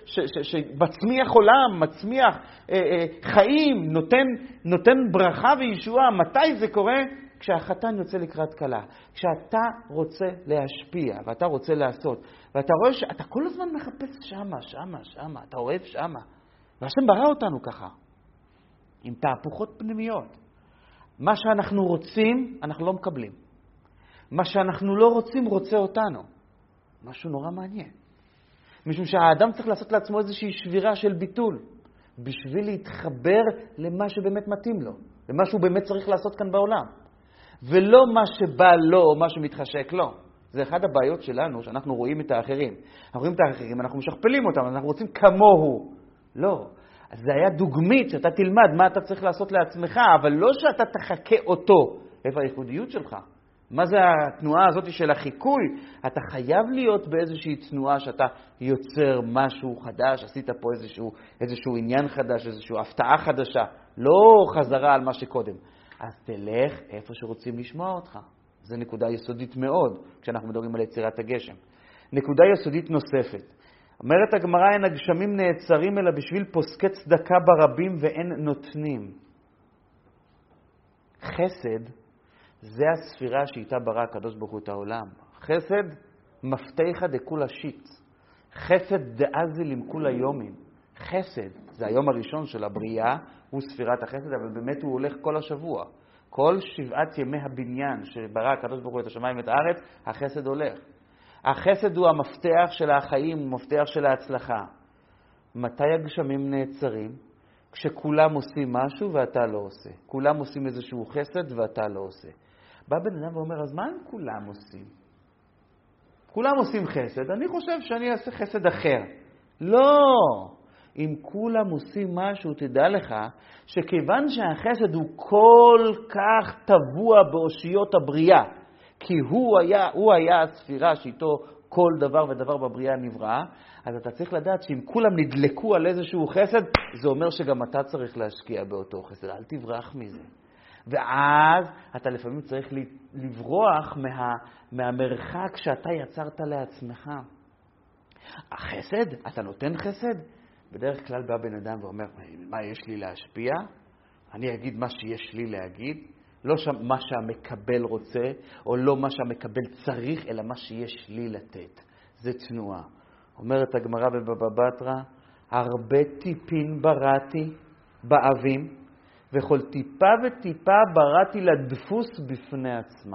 שמצמיח עולם, מצמיח אה, אה, חיים, נותן, נותן ברכה וישועה? מתי זה קורה? כשהחתן יוצא לקראת כלה, כשאתה רוצה להשפיע ואתה רוצה לעשות, ואתה רואה שאתה כל הזמן מחפש שמה, שמה, שמה, אתה אוהב שמה. והשם ברא אותנו ככה, עם תהפוכות פנימיות. מה שאנחנו רוצים, אנחנו לא מקבלים. מה שאנחנו לא רוצים, רוצה אותנו. משהו נורא מעניין. משום שהאדם צריך לעשות לעצמו איזושהי שבירה של ביטול, בשביל להתחבר למה שבאמת מתאים לו, למה שהוא באמת צריך לעשות כאן בעולם. ולא מה שבא לו או מה שמתחשק לו. זה אחד הבעיות שלנו, שאנחנו רואים את האחרים. אנחנו רואים את האחרים, אנחנו משכפלים אותם, אנחנו רוצים כמוהו. לא. אז זה היה דוגמית שאתה תלמד מה אתה צריך לעשות לעצמך, אבל לא שאתה תחכה אותו. איפה הייחודיות שלך? מה זה התנועה הזאת של החיקוי? אתה חייב להיות באיזושהי תנועה שאתה יוצר משהו חדש, עשית פה איזשהו, איזשהו עניין חדש, איזושהי הפתעה חדשה, לא חזרה על מה שקודם. אז תלך איפה שרוצים לשמוע אותך. זו נקודה יסודית מאוד כשאנחנו מדברים על יצירת הגשם. נקודה יסודית נוספת. אומרת הגמרא, אין הגשמים נעצרים אלא בשביל פוסקי צדקה ברבים ואין נותנים. חסד זה הספירה שאיתה ברא הקדוש ברוך הוא את העולם. חסד מפתיחה דכולה שיט. חסד דאזי למכולה יומים. חסד זה היום הראשון של הבריאה, הוא ספירת החסד, אבל באמת הוא הולך כל השבוע. כל שבעת ימי הבניין שברא הקדוש ברוך הוא את השמיים ואת הארץ, החסד הולך. החסד הוא המפתח של החיים, הוא מפתח של ההצלחה. מתי הגשמים נעצרים? כשכולם עושים משהו ואתה לא עושה. כולם עושים איזשהו חסד ואתה לא עושה. בא בן אדם ואומר, אז מה הם כולם עושים? כולם עושים חסד, אני חושב שאני אעשה חסד אחר. לא! אם כולם עושים משהו, תדע לך שכיוון שהחסד הוא כל כך טבוע באושיות הבריאה, כי הוא היה, הוא היה הספירה שאיתו כל דבר ודבר בבריאה נברא, אז אתה צריך לדעת שאם כולם נדלקו על איזשהו חסד, זה אומר שגם אתה צריך להשקיע באותו חסד. אל תברח מזה. ואז אתה לפעמים צריך לברוח מה, מהמרחק שאתה יצרת לעצמך. החסד, אתה נותן חסד? בדרך כלל בא בן אדם ואומר, מה יש לי להשפיע? אני אגיד מה שיש לי להגיד. לא מה שהמקבל רוצה, או לא מה שהמקבל צריך, אלא מה שיש לי לתת. זה תנועה. אומרת הגמרא בבבא בתרא, הרבה טיפין בראתי באבים, וכל טיפה וטיפה בראתי לדפוס בפני עצמה.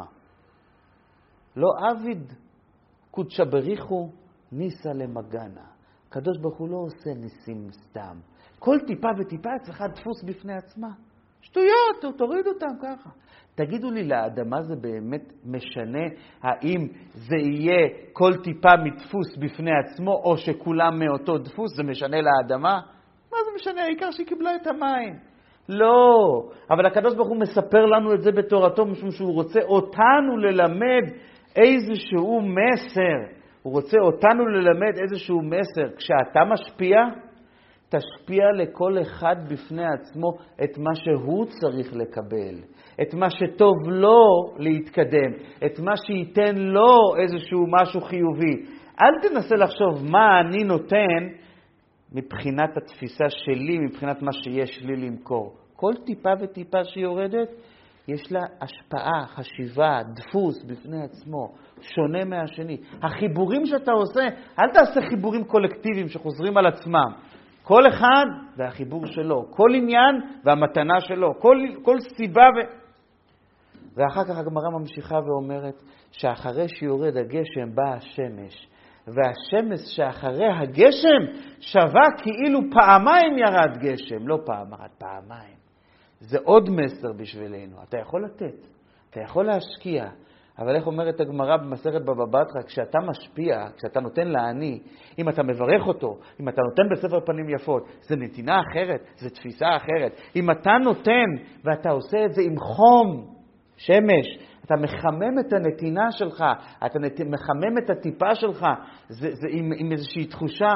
לא עביד, קודשא בריחו ניסה למגנה. הקדוש ברוך הוא לא עושה ניסים סתם. כל טיפה וטיפה צריכה דפוס בפני עצמה. שטויות, תוריד אותם ככה. תגידו לי, לאדמה זה באמת משנה האם זה יהיה כל טיפה מדפוס בפני עצמו, או שכולם מאותו דפוס, זה משנה לאדמה? מה זה משנה? העיקר שהיא קיבלה את המים. לא, אבל הקדוש ברוך הוא מספר לנו את זה בתורתו, משום שהוא רוצה אותנו ללמד איזשהו מסר. הוא רוצה אותנו ללמד איזשהו מסר. כשאתה משפיע, תשפיע לכל אחד בפני עצמו את מה שהוא צריך לקבל, את מה שטוב לו להתקדם, את מה שייתן לו איזשהו משהו חיובי. אל תנסה לחשוב מה אני נותן מבחינת התפיסה שלי, מבחינת מה שיש לי למכור. כל טיפה וטיפה שיורדת, יש לה השפעה, חשיבה, דפוס בפני עצמו, שונה מהשני. החיבורים שאתה עושה, אל תעשה חיבורים קולקטיביים שחוזרים על עצמם. כל אחד והחיבור שלו, כל עניין והמתנה שלו, כל, כל סיבה ו... ואחר כך הגמרא ממשיכה ואומרת שאחרי שיורד הגשם באה השמש, והשמש שאחרי הגשם שווה כאילו פעמיים ירד גשם, לא פעם אחת, פעמיים. זה עוד מסר בשבילנו. אתה יכול לתת, אתה יכול להשקיע, אבל איך אומרת הגמרא במסכת בבא בתרא, כשאתה משפיע, כשאתה נותן לעני, אם אתה מברך אותו, אם אתה נותן בספר פנים יפות, זה נתינה אחרת, זה תפיסה אחרת. אם אתה נותן ואתה עושה את זה עם חום, שמש, אתה מחמם את הנתינה שלך, אתה נת... מחמם את הטיפה שלך, זה, זה עם, עם איזושהי תחושה.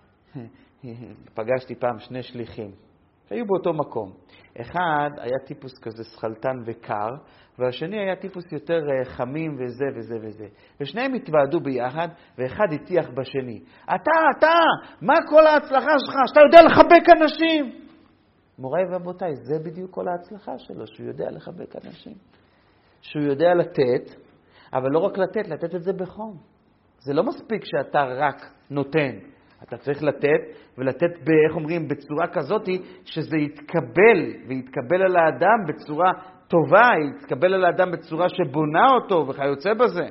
פגשתי פעם שני שליחים, שהיו באותו מקום. אחד היה טיפוס כזה סחלטן וקר, והשני היה טיפוס יותר חמים וזה וזה וזה. ושניהם התוועדו ביחד, ואחד הטיח בשני. אתה, אתה, מה כל ההצלחה שלך? שאתה יודע לחבק אנשים. מוריי ורבותיי, זה בדיוק כל ההצלחה שלו, שהוא יודע לחבק אנשים. שהוא יודע לתת, אבל לא רק לתת, לתת את זה בחום. זה לא מספיק שאתה רק נותן. אתה צריך לתת, ולתת, איך אומרים, בצורה כזאת, שזה יתקבל, ויתקבל על האדם בצורה טובה, יתקבל על האדם בצורה שבונה אותו, וכיוצא בזה.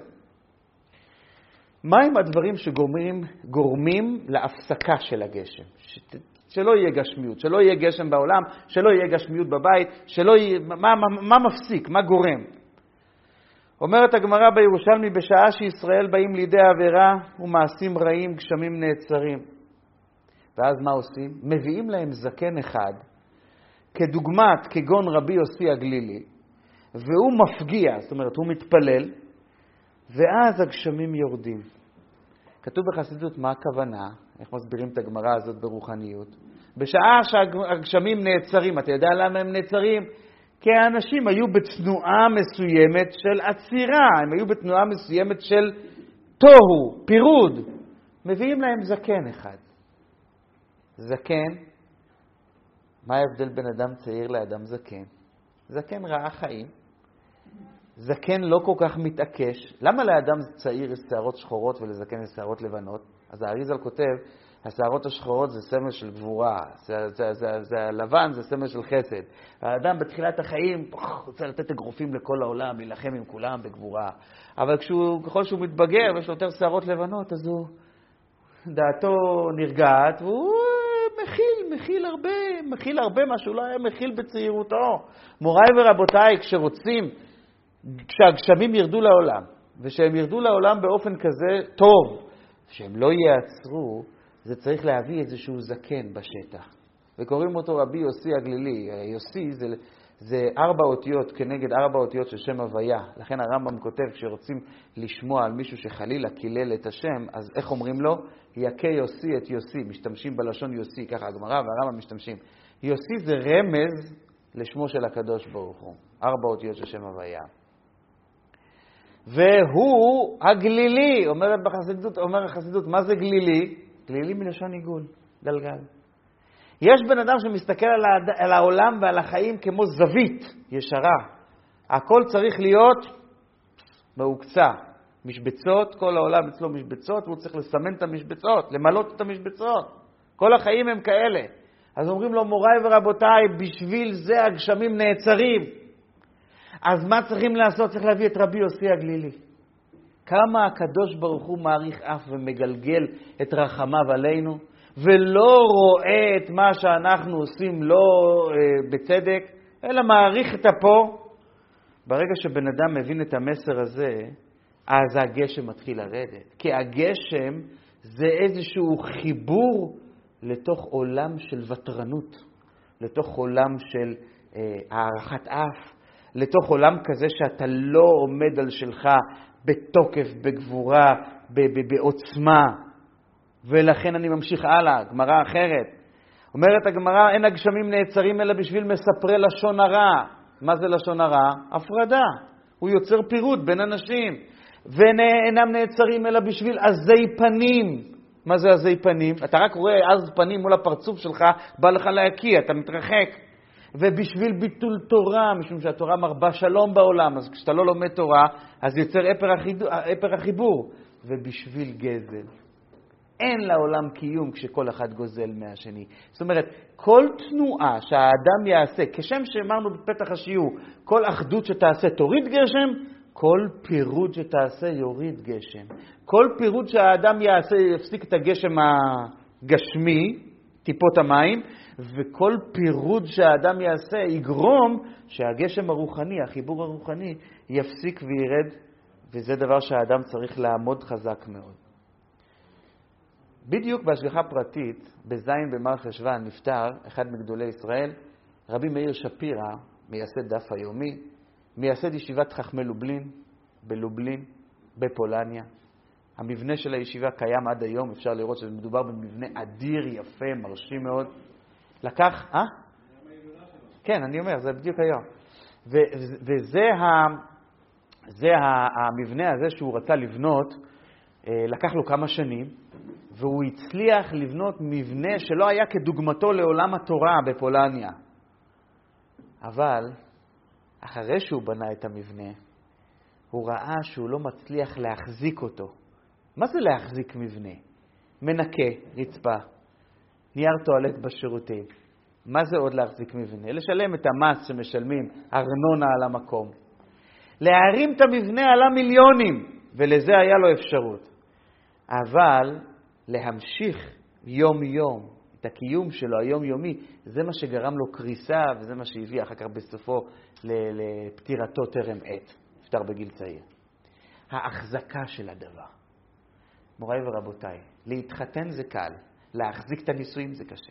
מה עם הדברים שגורמים גורמים להפסקה של הגשם? ש... שלא יהיה גשמיות, שלא יהיה גשם בעולם, שלא יהיה גשמיות בבית, שלא יהיה... מה, מה, מה מפסיק? מה גורם? אומרת הגמרא בירושלמי, בשעה שישראל באים לידי עבירה ומעשים רעים, גשמים נעצרים. ואז מה עושים? מביאים להם זקן אחד, כדוגמת, כגון רבי יוסי הגלילי, והוא מפגיע, זאת אומרת, הוא מתפלל, ואז הגשמים יורדים. כתוב בחסידות מה הכוונה, איך מסבירים את הגמרא הזאת ברוחניות. בשעה שהגשמים נעצרים, אתה יודע למה הם נעצרים? כי האנשים היו בתנועה מסוימת של עצירה, הם היו בתנועה מסוימת של תוהו, פירוד. מביאים להם זקן אחד. זקן, מה ההבדל בין אדם צעיר לאדם זקן? זקן ראה חיים. זקן לא כל כך מתעקש. למה לאדם צעיר יש שערות שחורות ולזקן יש שערות לבנות? אז האריזל כותב, השערות השחורות זה סמל של גבורה, זה, זה, זה, זה הלבן זה סמל של חסד. האדם בתחילת החיים רוצה לתת אגרופים לכל העולם, להילחם עם כולם בגבורה. אבל כשהוא, ככל שהוא מתבגר ויש לו יותר שערות לבנות, אז הוא, דעתו נרגעת, והוא מכיל, מכיל הרבה, מכיל הרבה מה שהוא לא היה מכיל בצעירותו. מוריי ורבותיי, כשרוצים, כשהגשמים ירדו לעולם, ושהם ירדו לעולם באופן כזה טוב, שהם לא יעצרו, זה צריך להביא איזשהו זקן בשטח. וקוראים אותו רבי יוסי הגלילי. יוסי זה, זה ארבע אותיות כנגד ארבע אותיות של שם הוויה. לכן הרמב"ם כותב, כשרוצים לשמוע על מישהו שחלילה קילל את השם, אז איך אומרים לו? יקה יוסי את יוסי. משתמשים בלשון יוסי, ככה הגמרא והרמב"ם משתמשים. יוסי זה רמז לשמו של הקדוש ברוך הוא. ארבע אותיות של שם הוויה. והוא הגלילי, אומרת בחסידות, אומר החסידות, מה זה גלילי? גלילי מלשון עיגול, גלגל. יש בן אדם שמסתכל על, הד... על העולם ועל החיים כמו זווית ישרה. הכל צריך להיות מהוקצה. משבצות, כל העולם אצלו משבצות, והוא צריך לסמן את המשבצות, למלות את המשבצות. כל החיים הם כאלה. אז אומרים לו, מוריי ורבותיי, בשביל זה הגשמים נעצרים. אז מה צריכים לעשות? צריך להביא את רבי יוסי הגלילי. כמה הקדוש ברוך הוא מעריך אף ומגלגל את רחמיו עלינו, ולא רואה את מה שאנחנו עושים לא אה, בצדק, אלא מעריך את הפה. ברגע שבן אדם מבין את המסר הזה, אז הגשם מתחיל לרדת. כי הגשם זה איזשהו חיבור לתוך עולם של וטרנות, לתוך עולם של אה, הערכת אף, לתוך עולם כזה שאתה לא עומד על שלך בתוקף, בגבורה, בעוצמה. ולכן אני ממשיך הלאה, גמרא אחרת. אומרת הגמרא, אין הגשמים נעצרים אלא בשביל מספרי לשון הרע. מה זה לשון הרע? הפרדה. הוא יוצר פירוד בין אנשים. ואינם נעצרים אלא בשביל עזי פנים. מה זה עזי פנים? אתה רק רואה עז פנים מול הפרצוף שלך, בא לך להקיע, אתה מתרחק. ובשביל ביטול תורה, משום שהתורה מרבה שלום בעולם, אז כשאתה לא לומד תורה, אז יוצר אפר החיבור. ובשביל גזל. אין לעולם קיום כשכל אחד גוזל מהשני. זאת אומרת, כל תנועה שהאדם יעשה, כשם שאמרנו בפתח השיעור, כל אחדות שתעשה תוריד גשם, כל פירוד שתעשה יוריד גשם. כל פירוד שהאדם יעשה יפסיק את הגשם הגשמי, טיפות המים, וכל פירוד שהאדם יעשה יגרום שהגשם הרוחני, החיבור הרוחני, יפסיק וירד, וזה דבר שהאדם צריך לעמוד חזק מאוד. בדיוק בהשגחה פרטית, בזין במר חשוון, נפטר אחד מגדולי ישראל, רבי מאיר שפירא, מייסד דף היומי, מייסד ישיבת חכמי לובלין, בלובלין, בפולניה. המבנה של הישיבה קיים עד היום, אפשר לראות שמדובר במבנה אדיר, יפה, מרשים מאוד. לקח, אה? כן, אני אומר, זה בדיוק היום. ו- וזה ה- זה המבנה הזה שהוא רצה לבנות, לקח לו כמה שנים, והוא הצליח לבנות מבנה שלא היה כדוגמתו לעולם התורה בפולניה. אבל אחרי שהוא בנה את המבנה, הוא ראה שהוא לא מצליח להחזיק אותו. מה זה להחזיק מבנה? מנקה, רצפה, נייר טואלט בשירותים. מה זה עוד להחזיק מבנה? לשלם את המס שמשלמים, ארנונה על המקום. להרים את המבנה עלה מיליונים, ולזה היה לו אפשרות. אבל להמשיך יום יום את הקיום שלו היומיומי, זה מה שגרם לו קריסה, וזה מה שהביא אחר כך בסופו לפטירתו טרם עת, נפטר בגיל צעיר. ההחזקה של הדבר. מוריי ורבותיי, להתחתן זה קל. להחזיק את הנישואים זה קשה.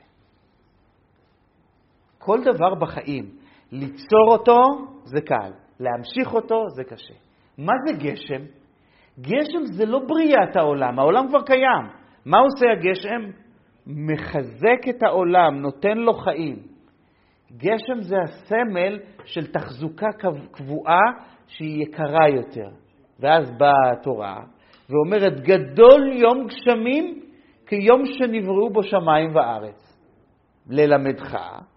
כל דבר בחיים, ליצור אותו זה קל, להמשיך אותו זה קשה. מה זה גשם? גשם זה לא בריאת העולם, העולם כבר קיים. מה עושה הגשם? מחזק את העולם, נותן לו חיים. גשם זה הסמל של תחזוקה קבועה שהיא יקרה יותר. ואז באה התורה ואומרת, גדול יום גשמים כיום שנבראו בו שמיים וארץ. ללמדך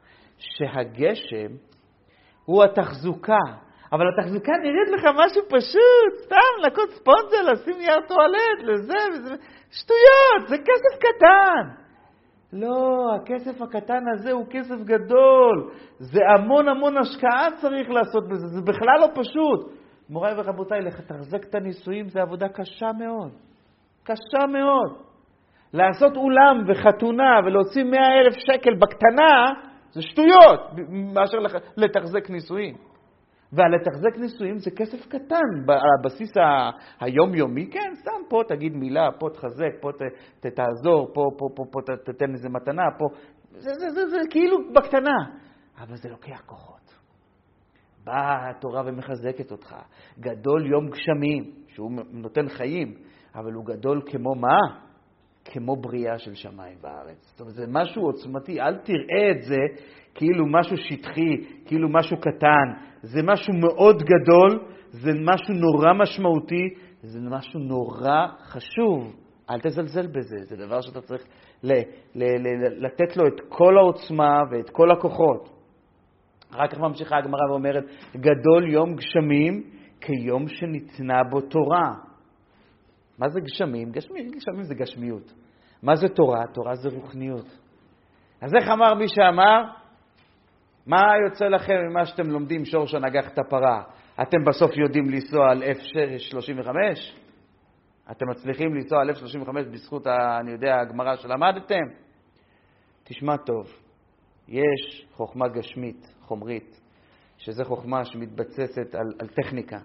שהגשם הוא התחזוקה. אבל התחזוקה נראית לך משהו פשוט, סתם לקות ספונזר, לשים נייר טואלט, לזה וזה. שטויות, זה כסף קטן. לא, הכסף הקטן הזה הוא כסף גדול. זה המון המון השקעה צריך לעשות בזה, זה בכלל לא פשוט. מוריי ורבותיי, לתחזק את הנישואים זה עבודה קשה מאוד. קשה מאוד. לעשות אולם וחתונה ולהוציא מאה אלף שקל בקטנה, זה שטויות, מאשר לתחזק נישואים. ועל לתחזק נישואים זה כסף קטן, על הבסיס היומיומי, כן, סתם פה תגיד מילה, פה תחזק, פה ת, תעזור, פה, פה, פה, פה תתן איזה מתנה, פה, זה, זה, זה, זה כאילו בקטנה, אבל זה לוקח כוחות. באה התורה ומחזקת אותך, גדול יום גשמים, שהוא נותן חיים, אבל הוא גדול כמו מה? כמו בריאה של שמיים בארץ. זאת אומרת, זה משהו עוצמתי, אל תראה את זה כאילו משהו שטחי, כאילו משהו קטן. זה משהו מאוד גדול, זה משהו נורא משמעותי, זה משהו נורא חשוב. אל תזלזל בזה, זה דבר שאתה צריך ל- ל- ל- לתת לו את כל העוצמה ואת כל הכוחות. אחר כך ממשיכה הגמרא ואומרת, גדול יום גשמים כיום שניתנה בו תורה. מה זה גשמים? גשמים, גשמים זה גשמיות. מה זה תורה? תורה זה רוחניות. אז איך אמר מי שאמר? מה יוצא לכם ממה שאתם לומדים שור שנגח את הפרה? אתם בסוף יודעים לנסוע על אף שלושים וחמש? אתם מצליחים לנסוע על אף שלושים וחמש בזכות, אני יודע, הגמרא שלמדתם? תשמע טוב, יש חוכמה גשמית, חומרית, שזה חוכמה שמתבצסת על, על טכניקה.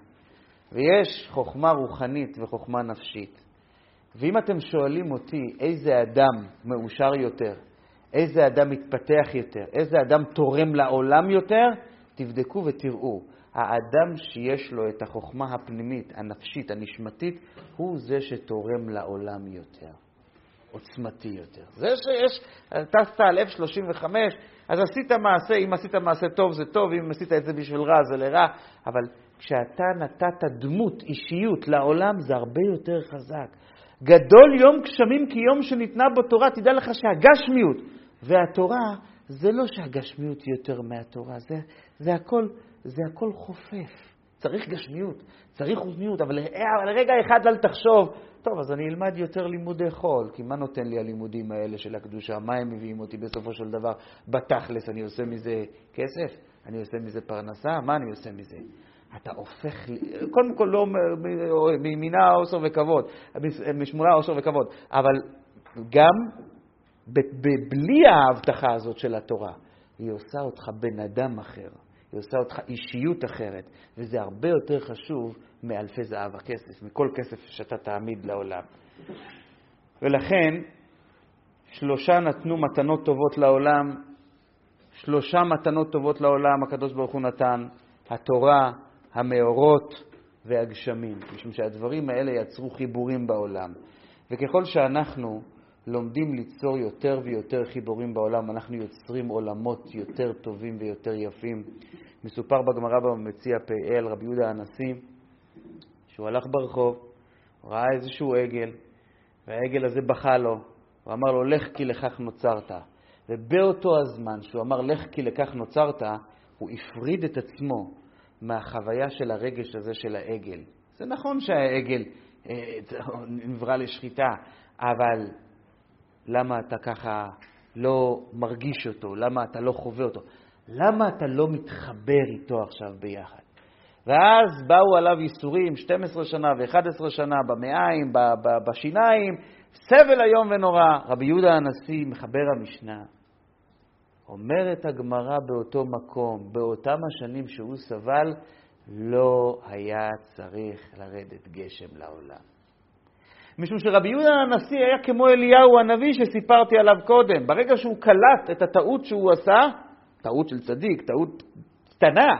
ויש חוכמה רוחנית וחוכמה נפשית. ואם אתם שואלים אותי איזה אדם מאושר יותר, איזה אדם מתפתח יותר, איזה אדם תורם לעולם יותר, תבדקו ותראו. האדם שיש לו את החוכמה הפנימית, הנפשית, הנשמתית, הוא זה שתורם לעולם יותר. עוצמתי יותר. זה שיש, טסת על אף שלושים וחמש, אז עשית מעשה, אם עשית מעשה טוב זה טוב, אם עשית את זה בשביל רע זה לרע, אבל כשאתה נתת דמות, אישיות לעולם, זה הרבה יותר חזק. גדול יום גשמים כי יום שניתנה בו תורה, תדע לך שהגשמיות והתורה, זה לא שהגשמיות היא יותר מהתורה, זה, זה הכל, זה הכל חופף. צריך גשמיות, צריך רוחניות, אבל לרגע אחד אל תחשוב, טוב, אז אני אלמד יותר לימודי חול, כי מה נותן לי הלימודים האלה של הקדושה? מה הם מביאים אותי בסופו של דבר? בתכלס, אני עושה מזה כסף? אני עושה מזה פרנסה? מה אני עושה מזה? אתה הופך, קודם כל לא מימינה אושר וכבוד, משמונה אושר וכבוד, אבל גם בלי ההבטחה הזאת של התורה, היא עושה אותך בן אדם אחר. היא עושה אותך אישיות אחרת, וזה הרבה יותר חשוב מאלפי זהב הכסף, מכל כסף שאתה תעמיד לעולם. ולכן, שלושה נתנו מתנות טובות לעולם, שלושה מתנות טובות לעולם הקדוש ברוך הוא נתן, התורה, המאורות והגשמים, משום שהדברים האלה יצרו חיבורים בעולם. וככל שאנחנו לומדים ליצור יותר ויותר חיבורים בעולם, אנחנו יוצרים עולמות יותר טובים ויותר יפים. מסופר בגמרא במציע פאל, רבי יהודה הנשיא, שהוא הלך ברחוב, ראה איזשהו עגל, והעגל הזה בכה לו, הוא אמר לו, לך כי לכך נוצרת. ובאותו הזמן שהוא אמר, לך כי לכך נוצרת, הוא הפריד את עצמו מהחוויה של הרגש הזה של העגל. זה נכון שהעגל אה, נברא לשחיטה, אבל למה אתה ככה לא מרגיש אותו? למה אתה לא חווה אותו? למה אתה לא מתחבר איתו עכשיו ביחד? ואז באו עליו ייסורים, שתים עשרה שנה ו-אחת עשרה שנה, במעיים, בשיניים, סבל היום ונורא. רבי יהודה הנשיא, מחבר המשנה, אומרת הגמרא באותו מקום, באותם השנים שהוא סבל, לא היה צריך לרדת גשם לעולם. משום שרבי יהודה הנשיא היה כמו אליהו הנביא שסיפרתי עליו קודם. ברגע שהוא קלט את הטעות שהוא עשה, טעות של צדיק, טעות קטנה,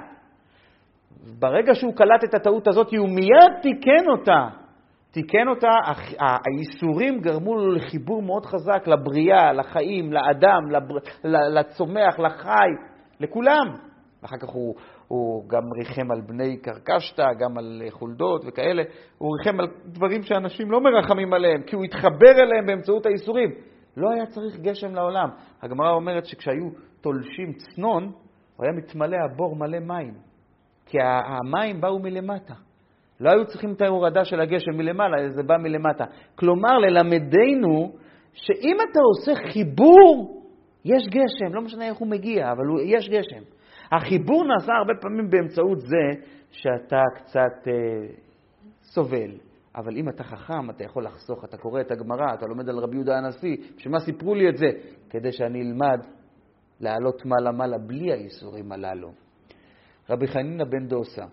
ברגע שהוא קלט את הטעות הזאת, הוא מיד תיקן אותה. תיקן אותה, האיסורים גרמו לו לחיבור מאוד חזק לבריאה, לחיים, לאדם, לצומח, לחי, לכולם. ואחר כך הוא, הוא גם ריחם על בני קרקשתה, גם על חולדות וכאלה. הוא ריחם על דברים שאנשים לא מרחמים עליהם, כי הוא התחבר אליהם באמצעות האיסורים. לא היה צריך גשם לעולם. הגמרא אומרת שכשהיו תולשים צנון, הוא היה מתמלא הבור מלא מים. כי המים באו מלמטה. לא היו צריכים את ההורדה של הגשם מלמעלה, זה בא מלמטה. כלומר, ללמדנו שאם אתה עושה חיבור, יש גשם. לא משנה איך הוא מגיע, אבל יש גשם. החיבור נעשה הרבה פעמים באמצעות זה שאתה קצת אה, סובל. אבל אם אתה חכם, אתה יכול לחסוך, אתה קורא את הגמרא, אתה לומד על רבי יהודה הנשיא, שמה סיפרו לי את זה? כדי שאני אלמד לעלות מעלה מעלה בלי האיסורים הללו. רבי חנינא בן דוסא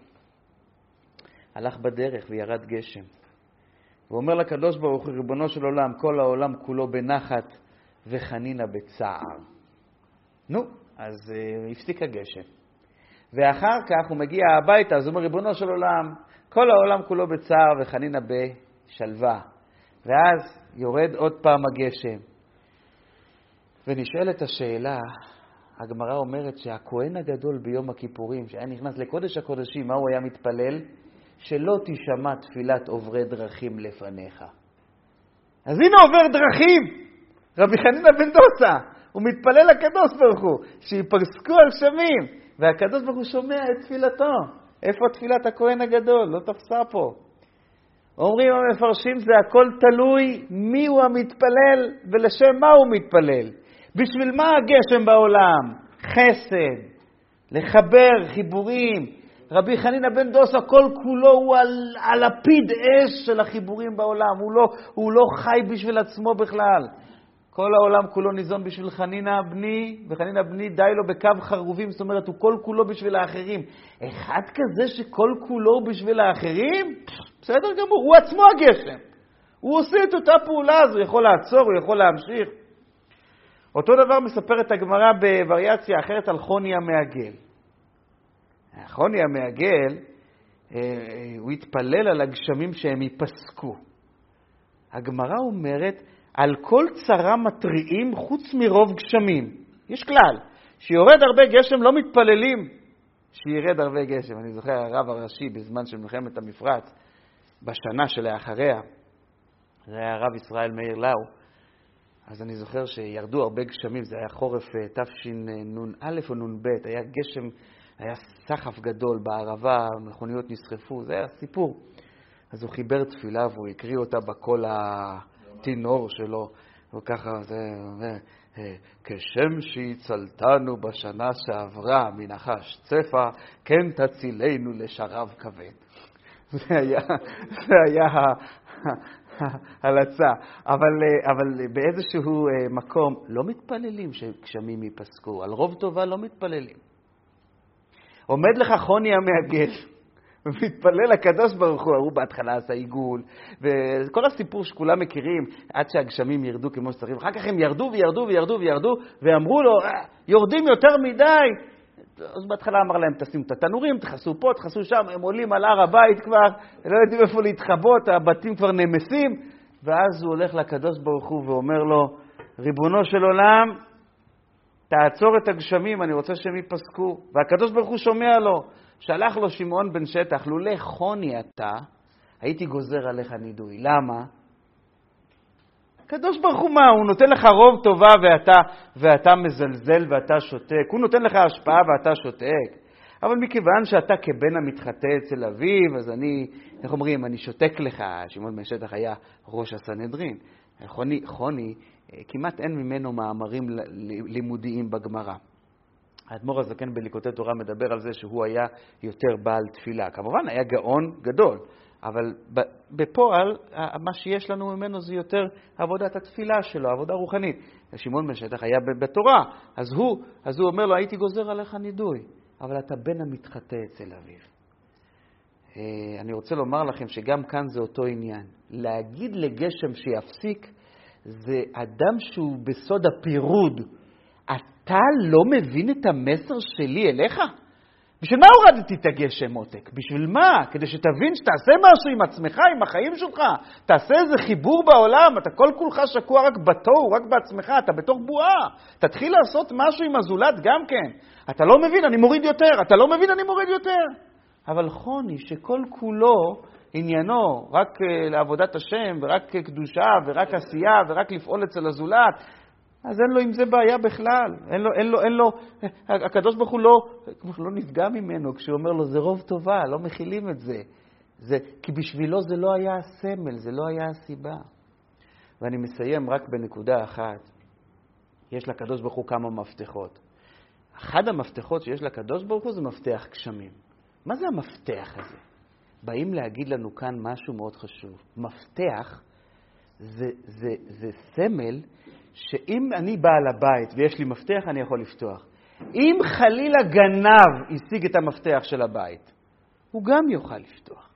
הלך בדרך וירד גשם. הוא אומר לקדוש ברוך הוא, ריבונו של עולם, כל העולם כולו בנחת וחנינא בצער. נו, אז uh, הפסיק הגשם. ואחר כך הוא מגיע הביתה, אז הוא אומר, ריבונו של עולם, כל העולם כולו בצער וחנינא בשלווה. ואז יורד עוד פעם הגשם. ונשאלת השאלה, הגמרא אומרת שהכהן הגדול ביום הכיפורים, שהיה נכנס לקודש הקודשים, מה הוא היה מתפלל? שלא תשמע תפילת עוברי דרכים לפניך. אז הנה עובר דרכים, רבי חנינא בן דוסא, הוא מתפלל לקדוש ברוך הוא, שיפסקו על גשמים, והקדוש ברוך הוא שומע את תפילתו. איפה תפילת הכהן הגדול? לא תפסה פה. אומרים המפרשים, זה הכל תלוי מי הוא המתפלל ולשם מה הוא מתפלל. בשביל מה הגשם בעולם? חסד, לחבר, חיבורים. רבי חנינא בן דוסא כל כולו הוא על, על לפיד אש של החיבורים בעולם. הוא לא, הוא לא חי בשביל עצמו בכלל. כל העולם כולו ניזון בשביל חנינא בני, וחנינא בני די לו בקו חרובים, זאת אומרת, הוא כל כולו בשביל האחרים. אחד כזה שכל כולו בשביל האחרים? בסדר גמור, הוא עצמו הגשם. הוא עושה את אותה פעולה, אז הוא יכול לעצור, הוא יכול להמשיך. אותו דבר מספרת הגמרא בווריאציה אחרת על חוני המעגל. חוני המעגל, הוא התפלל על הגשמים שהם ייפסקו. הגמרא אומרת, על כל צרה מטריעים חוץ מרוב גשמים. יש כלל, שיורד הרבה גשם לא מתפללים שירד הרבה גשם. אני זוכר הרב הראשי בזמן של מלחמת המפרץ, בשנה שלאחריה, זה היה הרב ישראל מאיר לאו, אז אני זוכר שירדו הרבה גשמים, זה היה חורף תשנ"א או נ"ב, היה גשם, היה סחף גדול בערבה, מכוניות נשרפו, זה היה סיפור. אז הוא חיבר תפילה והוא הקריא אותה בקול התינור שלו, וככה זה, כשם שהצלתנו בשנה שעברה מנחש צפה, כן תצילנו לשרב כבד. זה היה, זה היה הלצה. אבל, אבל באיזשהו מקום לא מתפללים שגשמים ייפסקו. על רוב טובה לא מתפללים. עומד לך חוני המעגל, ומתפלל לקדוש ברוך הוא, הוא בהתחלה עשה עיגול, וכל הסיפור שכולם מכירים, עד שהגשמים ירדו כמו שצריך, אחר כך הם ירדו וירדו וירדו וירדו, ואמרו לו, יורדים יותר מדי. אז בהתחלה אמר להם, תשימו את התנורים, תחסו פה, תחסו שם, הם עולים על הר הבית כבר, לא יודעים איפה להתחבות, הבתים כבר נמסים, ואז הוא הולך לקדוש ברוך הוא ואומר לו, ריבונו של עולם, תעצור את הגשמים, אני רוצה שהם ייפסקו. והקדוש ברוך הוא שומע לו, שלח לו שמעון בן שטח, לולא חוני אתה, הייתי גוזר עליך נידוי. למה? הקדוש ברוך הוא מה? הוא נותן לך רוב טובה ואתה, ואתה מזלזל ואתה שותק. הוא נותן לך השפעה ואתה שותק. אבל מכיוון שאתה כבן המתחטא אצל אביו, אז אני, איך אומרים, אני שותק לך. שמעון בן שטח היה ראש הסנהדרין. חוני, חוני, כמעט אין ממנו מאמרים לימודיים בגמרא. האדמו"ר הזקן בליקוטי תורה מדבר על זה שהוא היה יותר בעל תפילה. כמובן היה גאון גדול, אבל בפועל מה שיש לנו ממנו זה יותר עבודת התפילה שלו, עבודה רוחנית. שמעון בן שטח היה בתורה, אז הוא, אז הוא אומר לו, הייתי גוזר עליך נידוי, אבל אתה בן המתחטא אצל אביו. אני רוצה לומר לכם שגם כאן זה אותו עניין. להגיד לגשם שיפסיק, זה אדם שהוא בסוד הפירוד. אתה לא מבין את המסר שלי אליך? בשביל מה הורדתי את הגשם, מותק? בשביל מה? כדי שתבין שתעשה משהו עם עצמך, עם החיים שלך. תעשה איזה חיבור בעולם. אתה כל כולך שקוע רק בתור, רק בעצמך. אתה בתוך בועה. תתחיל לעשות משהו עם הזולת גם כן. אתה לא מבין, אני מוריד יותר. אתה לא מבין, אני מוריד יותר. אבל חוני שכל כולו עניינו רק לעבודת השם ורק קדושה ורק עשייה ורק לפעול אצל הזולת, אז אין לו עם זה בעיה בכלל. אין לו, אין לו, אין לו, הקדוש ברוך הוא לא, לא נפגע ממנו כשהוא אומר לו, זה רוב טובה, לא מכילים את זה. זה, כי בשבילו זה לא היה הסמל, זה לא היה הסיבה. ואני מסיים רק בנקודה אחת. יש לקדוש ברוך הוא כמה מפתחות. אחד המפתחות שיש לקדוש ברוך הוא זה מפתח גשמים. מה זה המפתח הזה? באים להגיד לנו כאן משהו מאוד חשוב. מפתח זה, זה, זה סמל שאם אני בעל הבית ויש לי מפתח, אני יכול לפתוח. אם חלילה גנב השיג את המפתח של הבית, הוא גם יוכל לפתוח.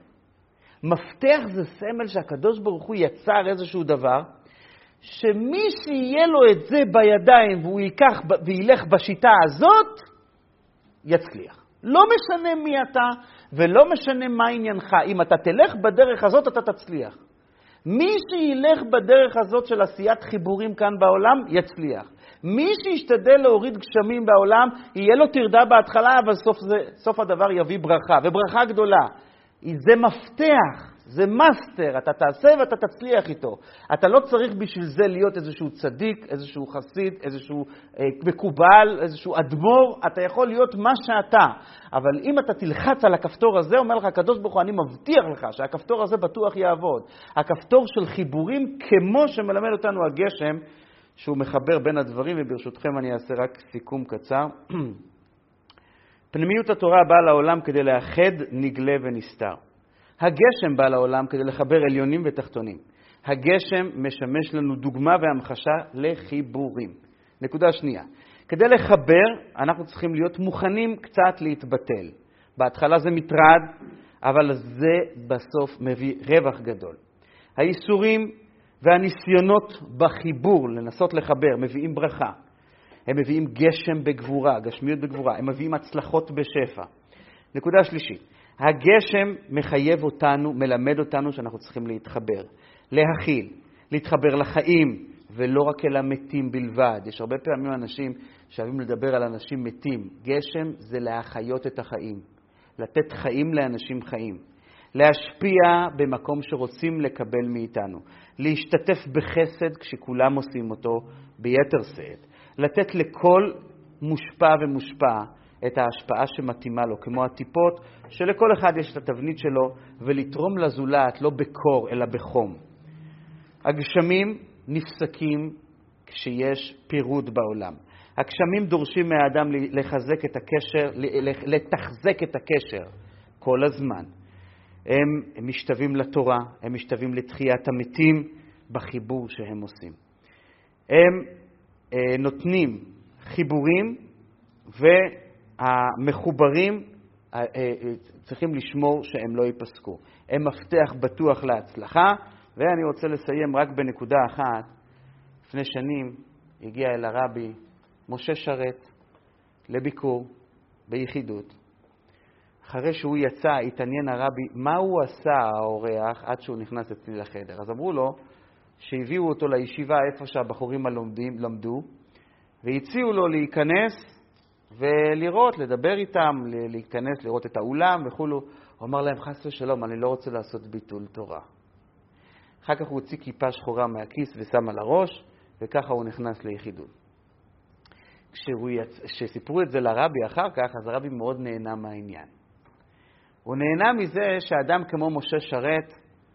מפתח זה סמל שהקדוש ברוך הוא יצר איזשהו דבר, שמי שיהיה לו את זה בידיים והוא ייקח וילך בשיטה הזאת, יצליח. לא משנה מי אתה ולא משנה מה עניינך. אם אתה תלך בדרך הזאת, אתה תצליח. מי שילך בדרך הזאת של עשיית חיבורים כאן בעולם, יצליח. מי שישתדל להוריד גשמים בעולם, יהיה לו תרדה בהתחלה, אבל סוף, זה, סוף הדבר יביא ברכה, וברכה גדולה. זה מפתח, זה מאסטר, אתה תעשה ואתה תצליח איתו. אתה לא צריך בשביל זה להיות איזשהו צדיק, איזשהו חסיד, איזשהו אה, מקובל, איזשהו אדמו"ר, אתה יכול להיות מה שאתה. אבל אם אתה תלחץ על הכפתור הזה, אומר לך הקדוש ברוך הוא, אני מבטיח לך שהכפתור הזה בטוח יעבוד. הכפתור של חיבורים כמו שמלמד אותנו הגשם, שהוא מחבר בין הדברים, וברשותכם אני אעשה רק סיכום קצר. פנימיות התורה באה לעולם כדי לאחד נגלה ונסתר. הגשם בא לעולם כדי לחבר עליונים ותחתונים. הגשם משמש לנו דוגמה והמחשה לחיבורים. נקודה שנייה. כדי לחבר, אנחנו צריכים להיות מוכנים קצת להתבטל. בהתחלה זה מטרד, אבל זה בסוף מביא רווח גדול. האיסורים והניסיונות בחיבור, לנסות לחבר, מביאים ברכה. הם מביאים גשם בגבורה, גשמיות בגבורה. הם מביאים הצלחות בשפע. נקודה שלישית. הגשם מחייב אותנו, מלמד אותנו שאנחנו צריכים להתחבר, להכיל, להתחבר לחיים, ולא רק אל המתים בלבד. יש הרבה פעמים אנשים שאוהבים לדבר על אנשים מתים. גשם זה להחיות את החיים, לתת חיים לאנשים חיים, להשפיע במקום שרוצים לקבל מאיתנו, להשתתף בחסד כשכולם עושים אותו ביתר שאת, לתת לכל מושפע ומושפע את ההשפעה שמתאימה לו, כמו הטיפות שלכל אחד יש את התבנית שלו, ולתרום לזולת לא בקור אלא בחום. הגשמים נפסקים כשיש פירוד בעולם. הגשמים דורשים מהאדם לחזק את הקשר, לתחזק את הקשר כל הזמן. הם, הם משתווים לתורה, הם משתווים לתחיית המתים בחיבור שהם עושים. הם אה, נותנים חיבורים ו... המחוברים צריכים לשמור שהם לא ייפסקו. הם מפתח בטוח להצלחה, ואני רוצה לסיים רק בנקודה אחת. לפני שנים הגיע אל הרבי משה שרת לביקור ביחידות. אחרי שהוא יצא, התעניין הרבי מה הוא עשה האורח עד שהוא נכנס אצלי לחדר. אז אמרו לו שהביאו אותו לישיבה איפה שהבחורים הלומדים למדו, והציעו לו להיכנס ולראות, לדבר איתם, להיכנס, לראות את האולם וכו'. הוא אמר להם, חס ושלום, אני לא רוצה לעשות ביטול תורה. אחר כך הוא הוציא כיפה שחורה מהכיס ושם על הראש, וככה הוא נכנס ליחידות. יצ... כשסיפרו את זה לרבי אחר כך, אז הרבי מאוד נהנה מהעניין. הוא נהנה מזה שאדם כמו משה שרת,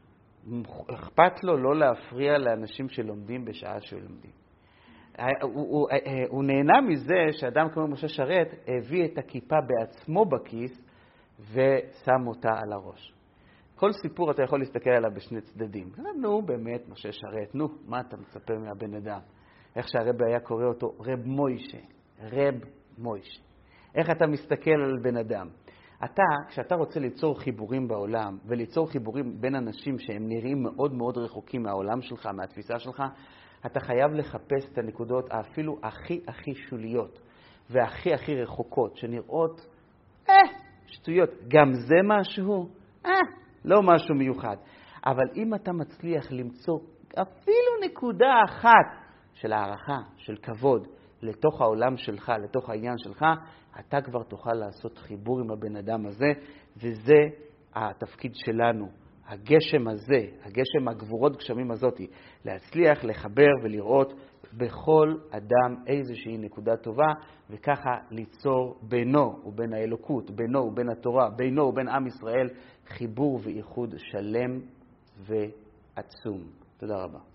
אכפת לו לא להפריע לאנשים שלומדים בשעה שלומדים. הוא, הוא, הוא נהנה מזה שאדם כמו משה שרת הביא את הכיפה בעצמו בכיס ושם אותה על הראש. כל סיפור אתה יכול להסתכל עליו בשני צדדים. נו, באמת, משה שרת, נו, מה אתה מצפה מהבן אדם? איך שהרב היה קורא אותו, רב מוישה, רב מוישה. איך אתה מסתכל על בן אדם? אתה, כשאתה רוצה ליצור חיבורים בעולם, וליצור חיבורים בין אנשים שהם נראים מאוד מאוד רחוקים מהעולם שלך, מהתפיסה שלך, אתה חייב לחפש את הנקודות אפילו הכי הכי שוליות, והכי הכי רחוקות, שנראות, אה, שטויות. גם זה משהו, אה, לא משהו מיוחד. אבל אם אתה מצליח למצוא אפילו נקודה אחת של הערכה, של כבוד, לתוך העולם שלך, לתוך העניין שלך, אתה כבר תוכל לעשות חיבור עם הבן אדם הזה, וזה התפקיד שלנו. הגשם הזה, הגשם הגבורות גשמים הזאת, להצליח לחבר ולראות בכל אדם איזושהי נקודה טובה, וככה ליצור בינו ובין האלוקות, בינו ובין התורה, בינו ובין עם ישראל, חיבור ואיחוד שלם ועצום. תודה רבה.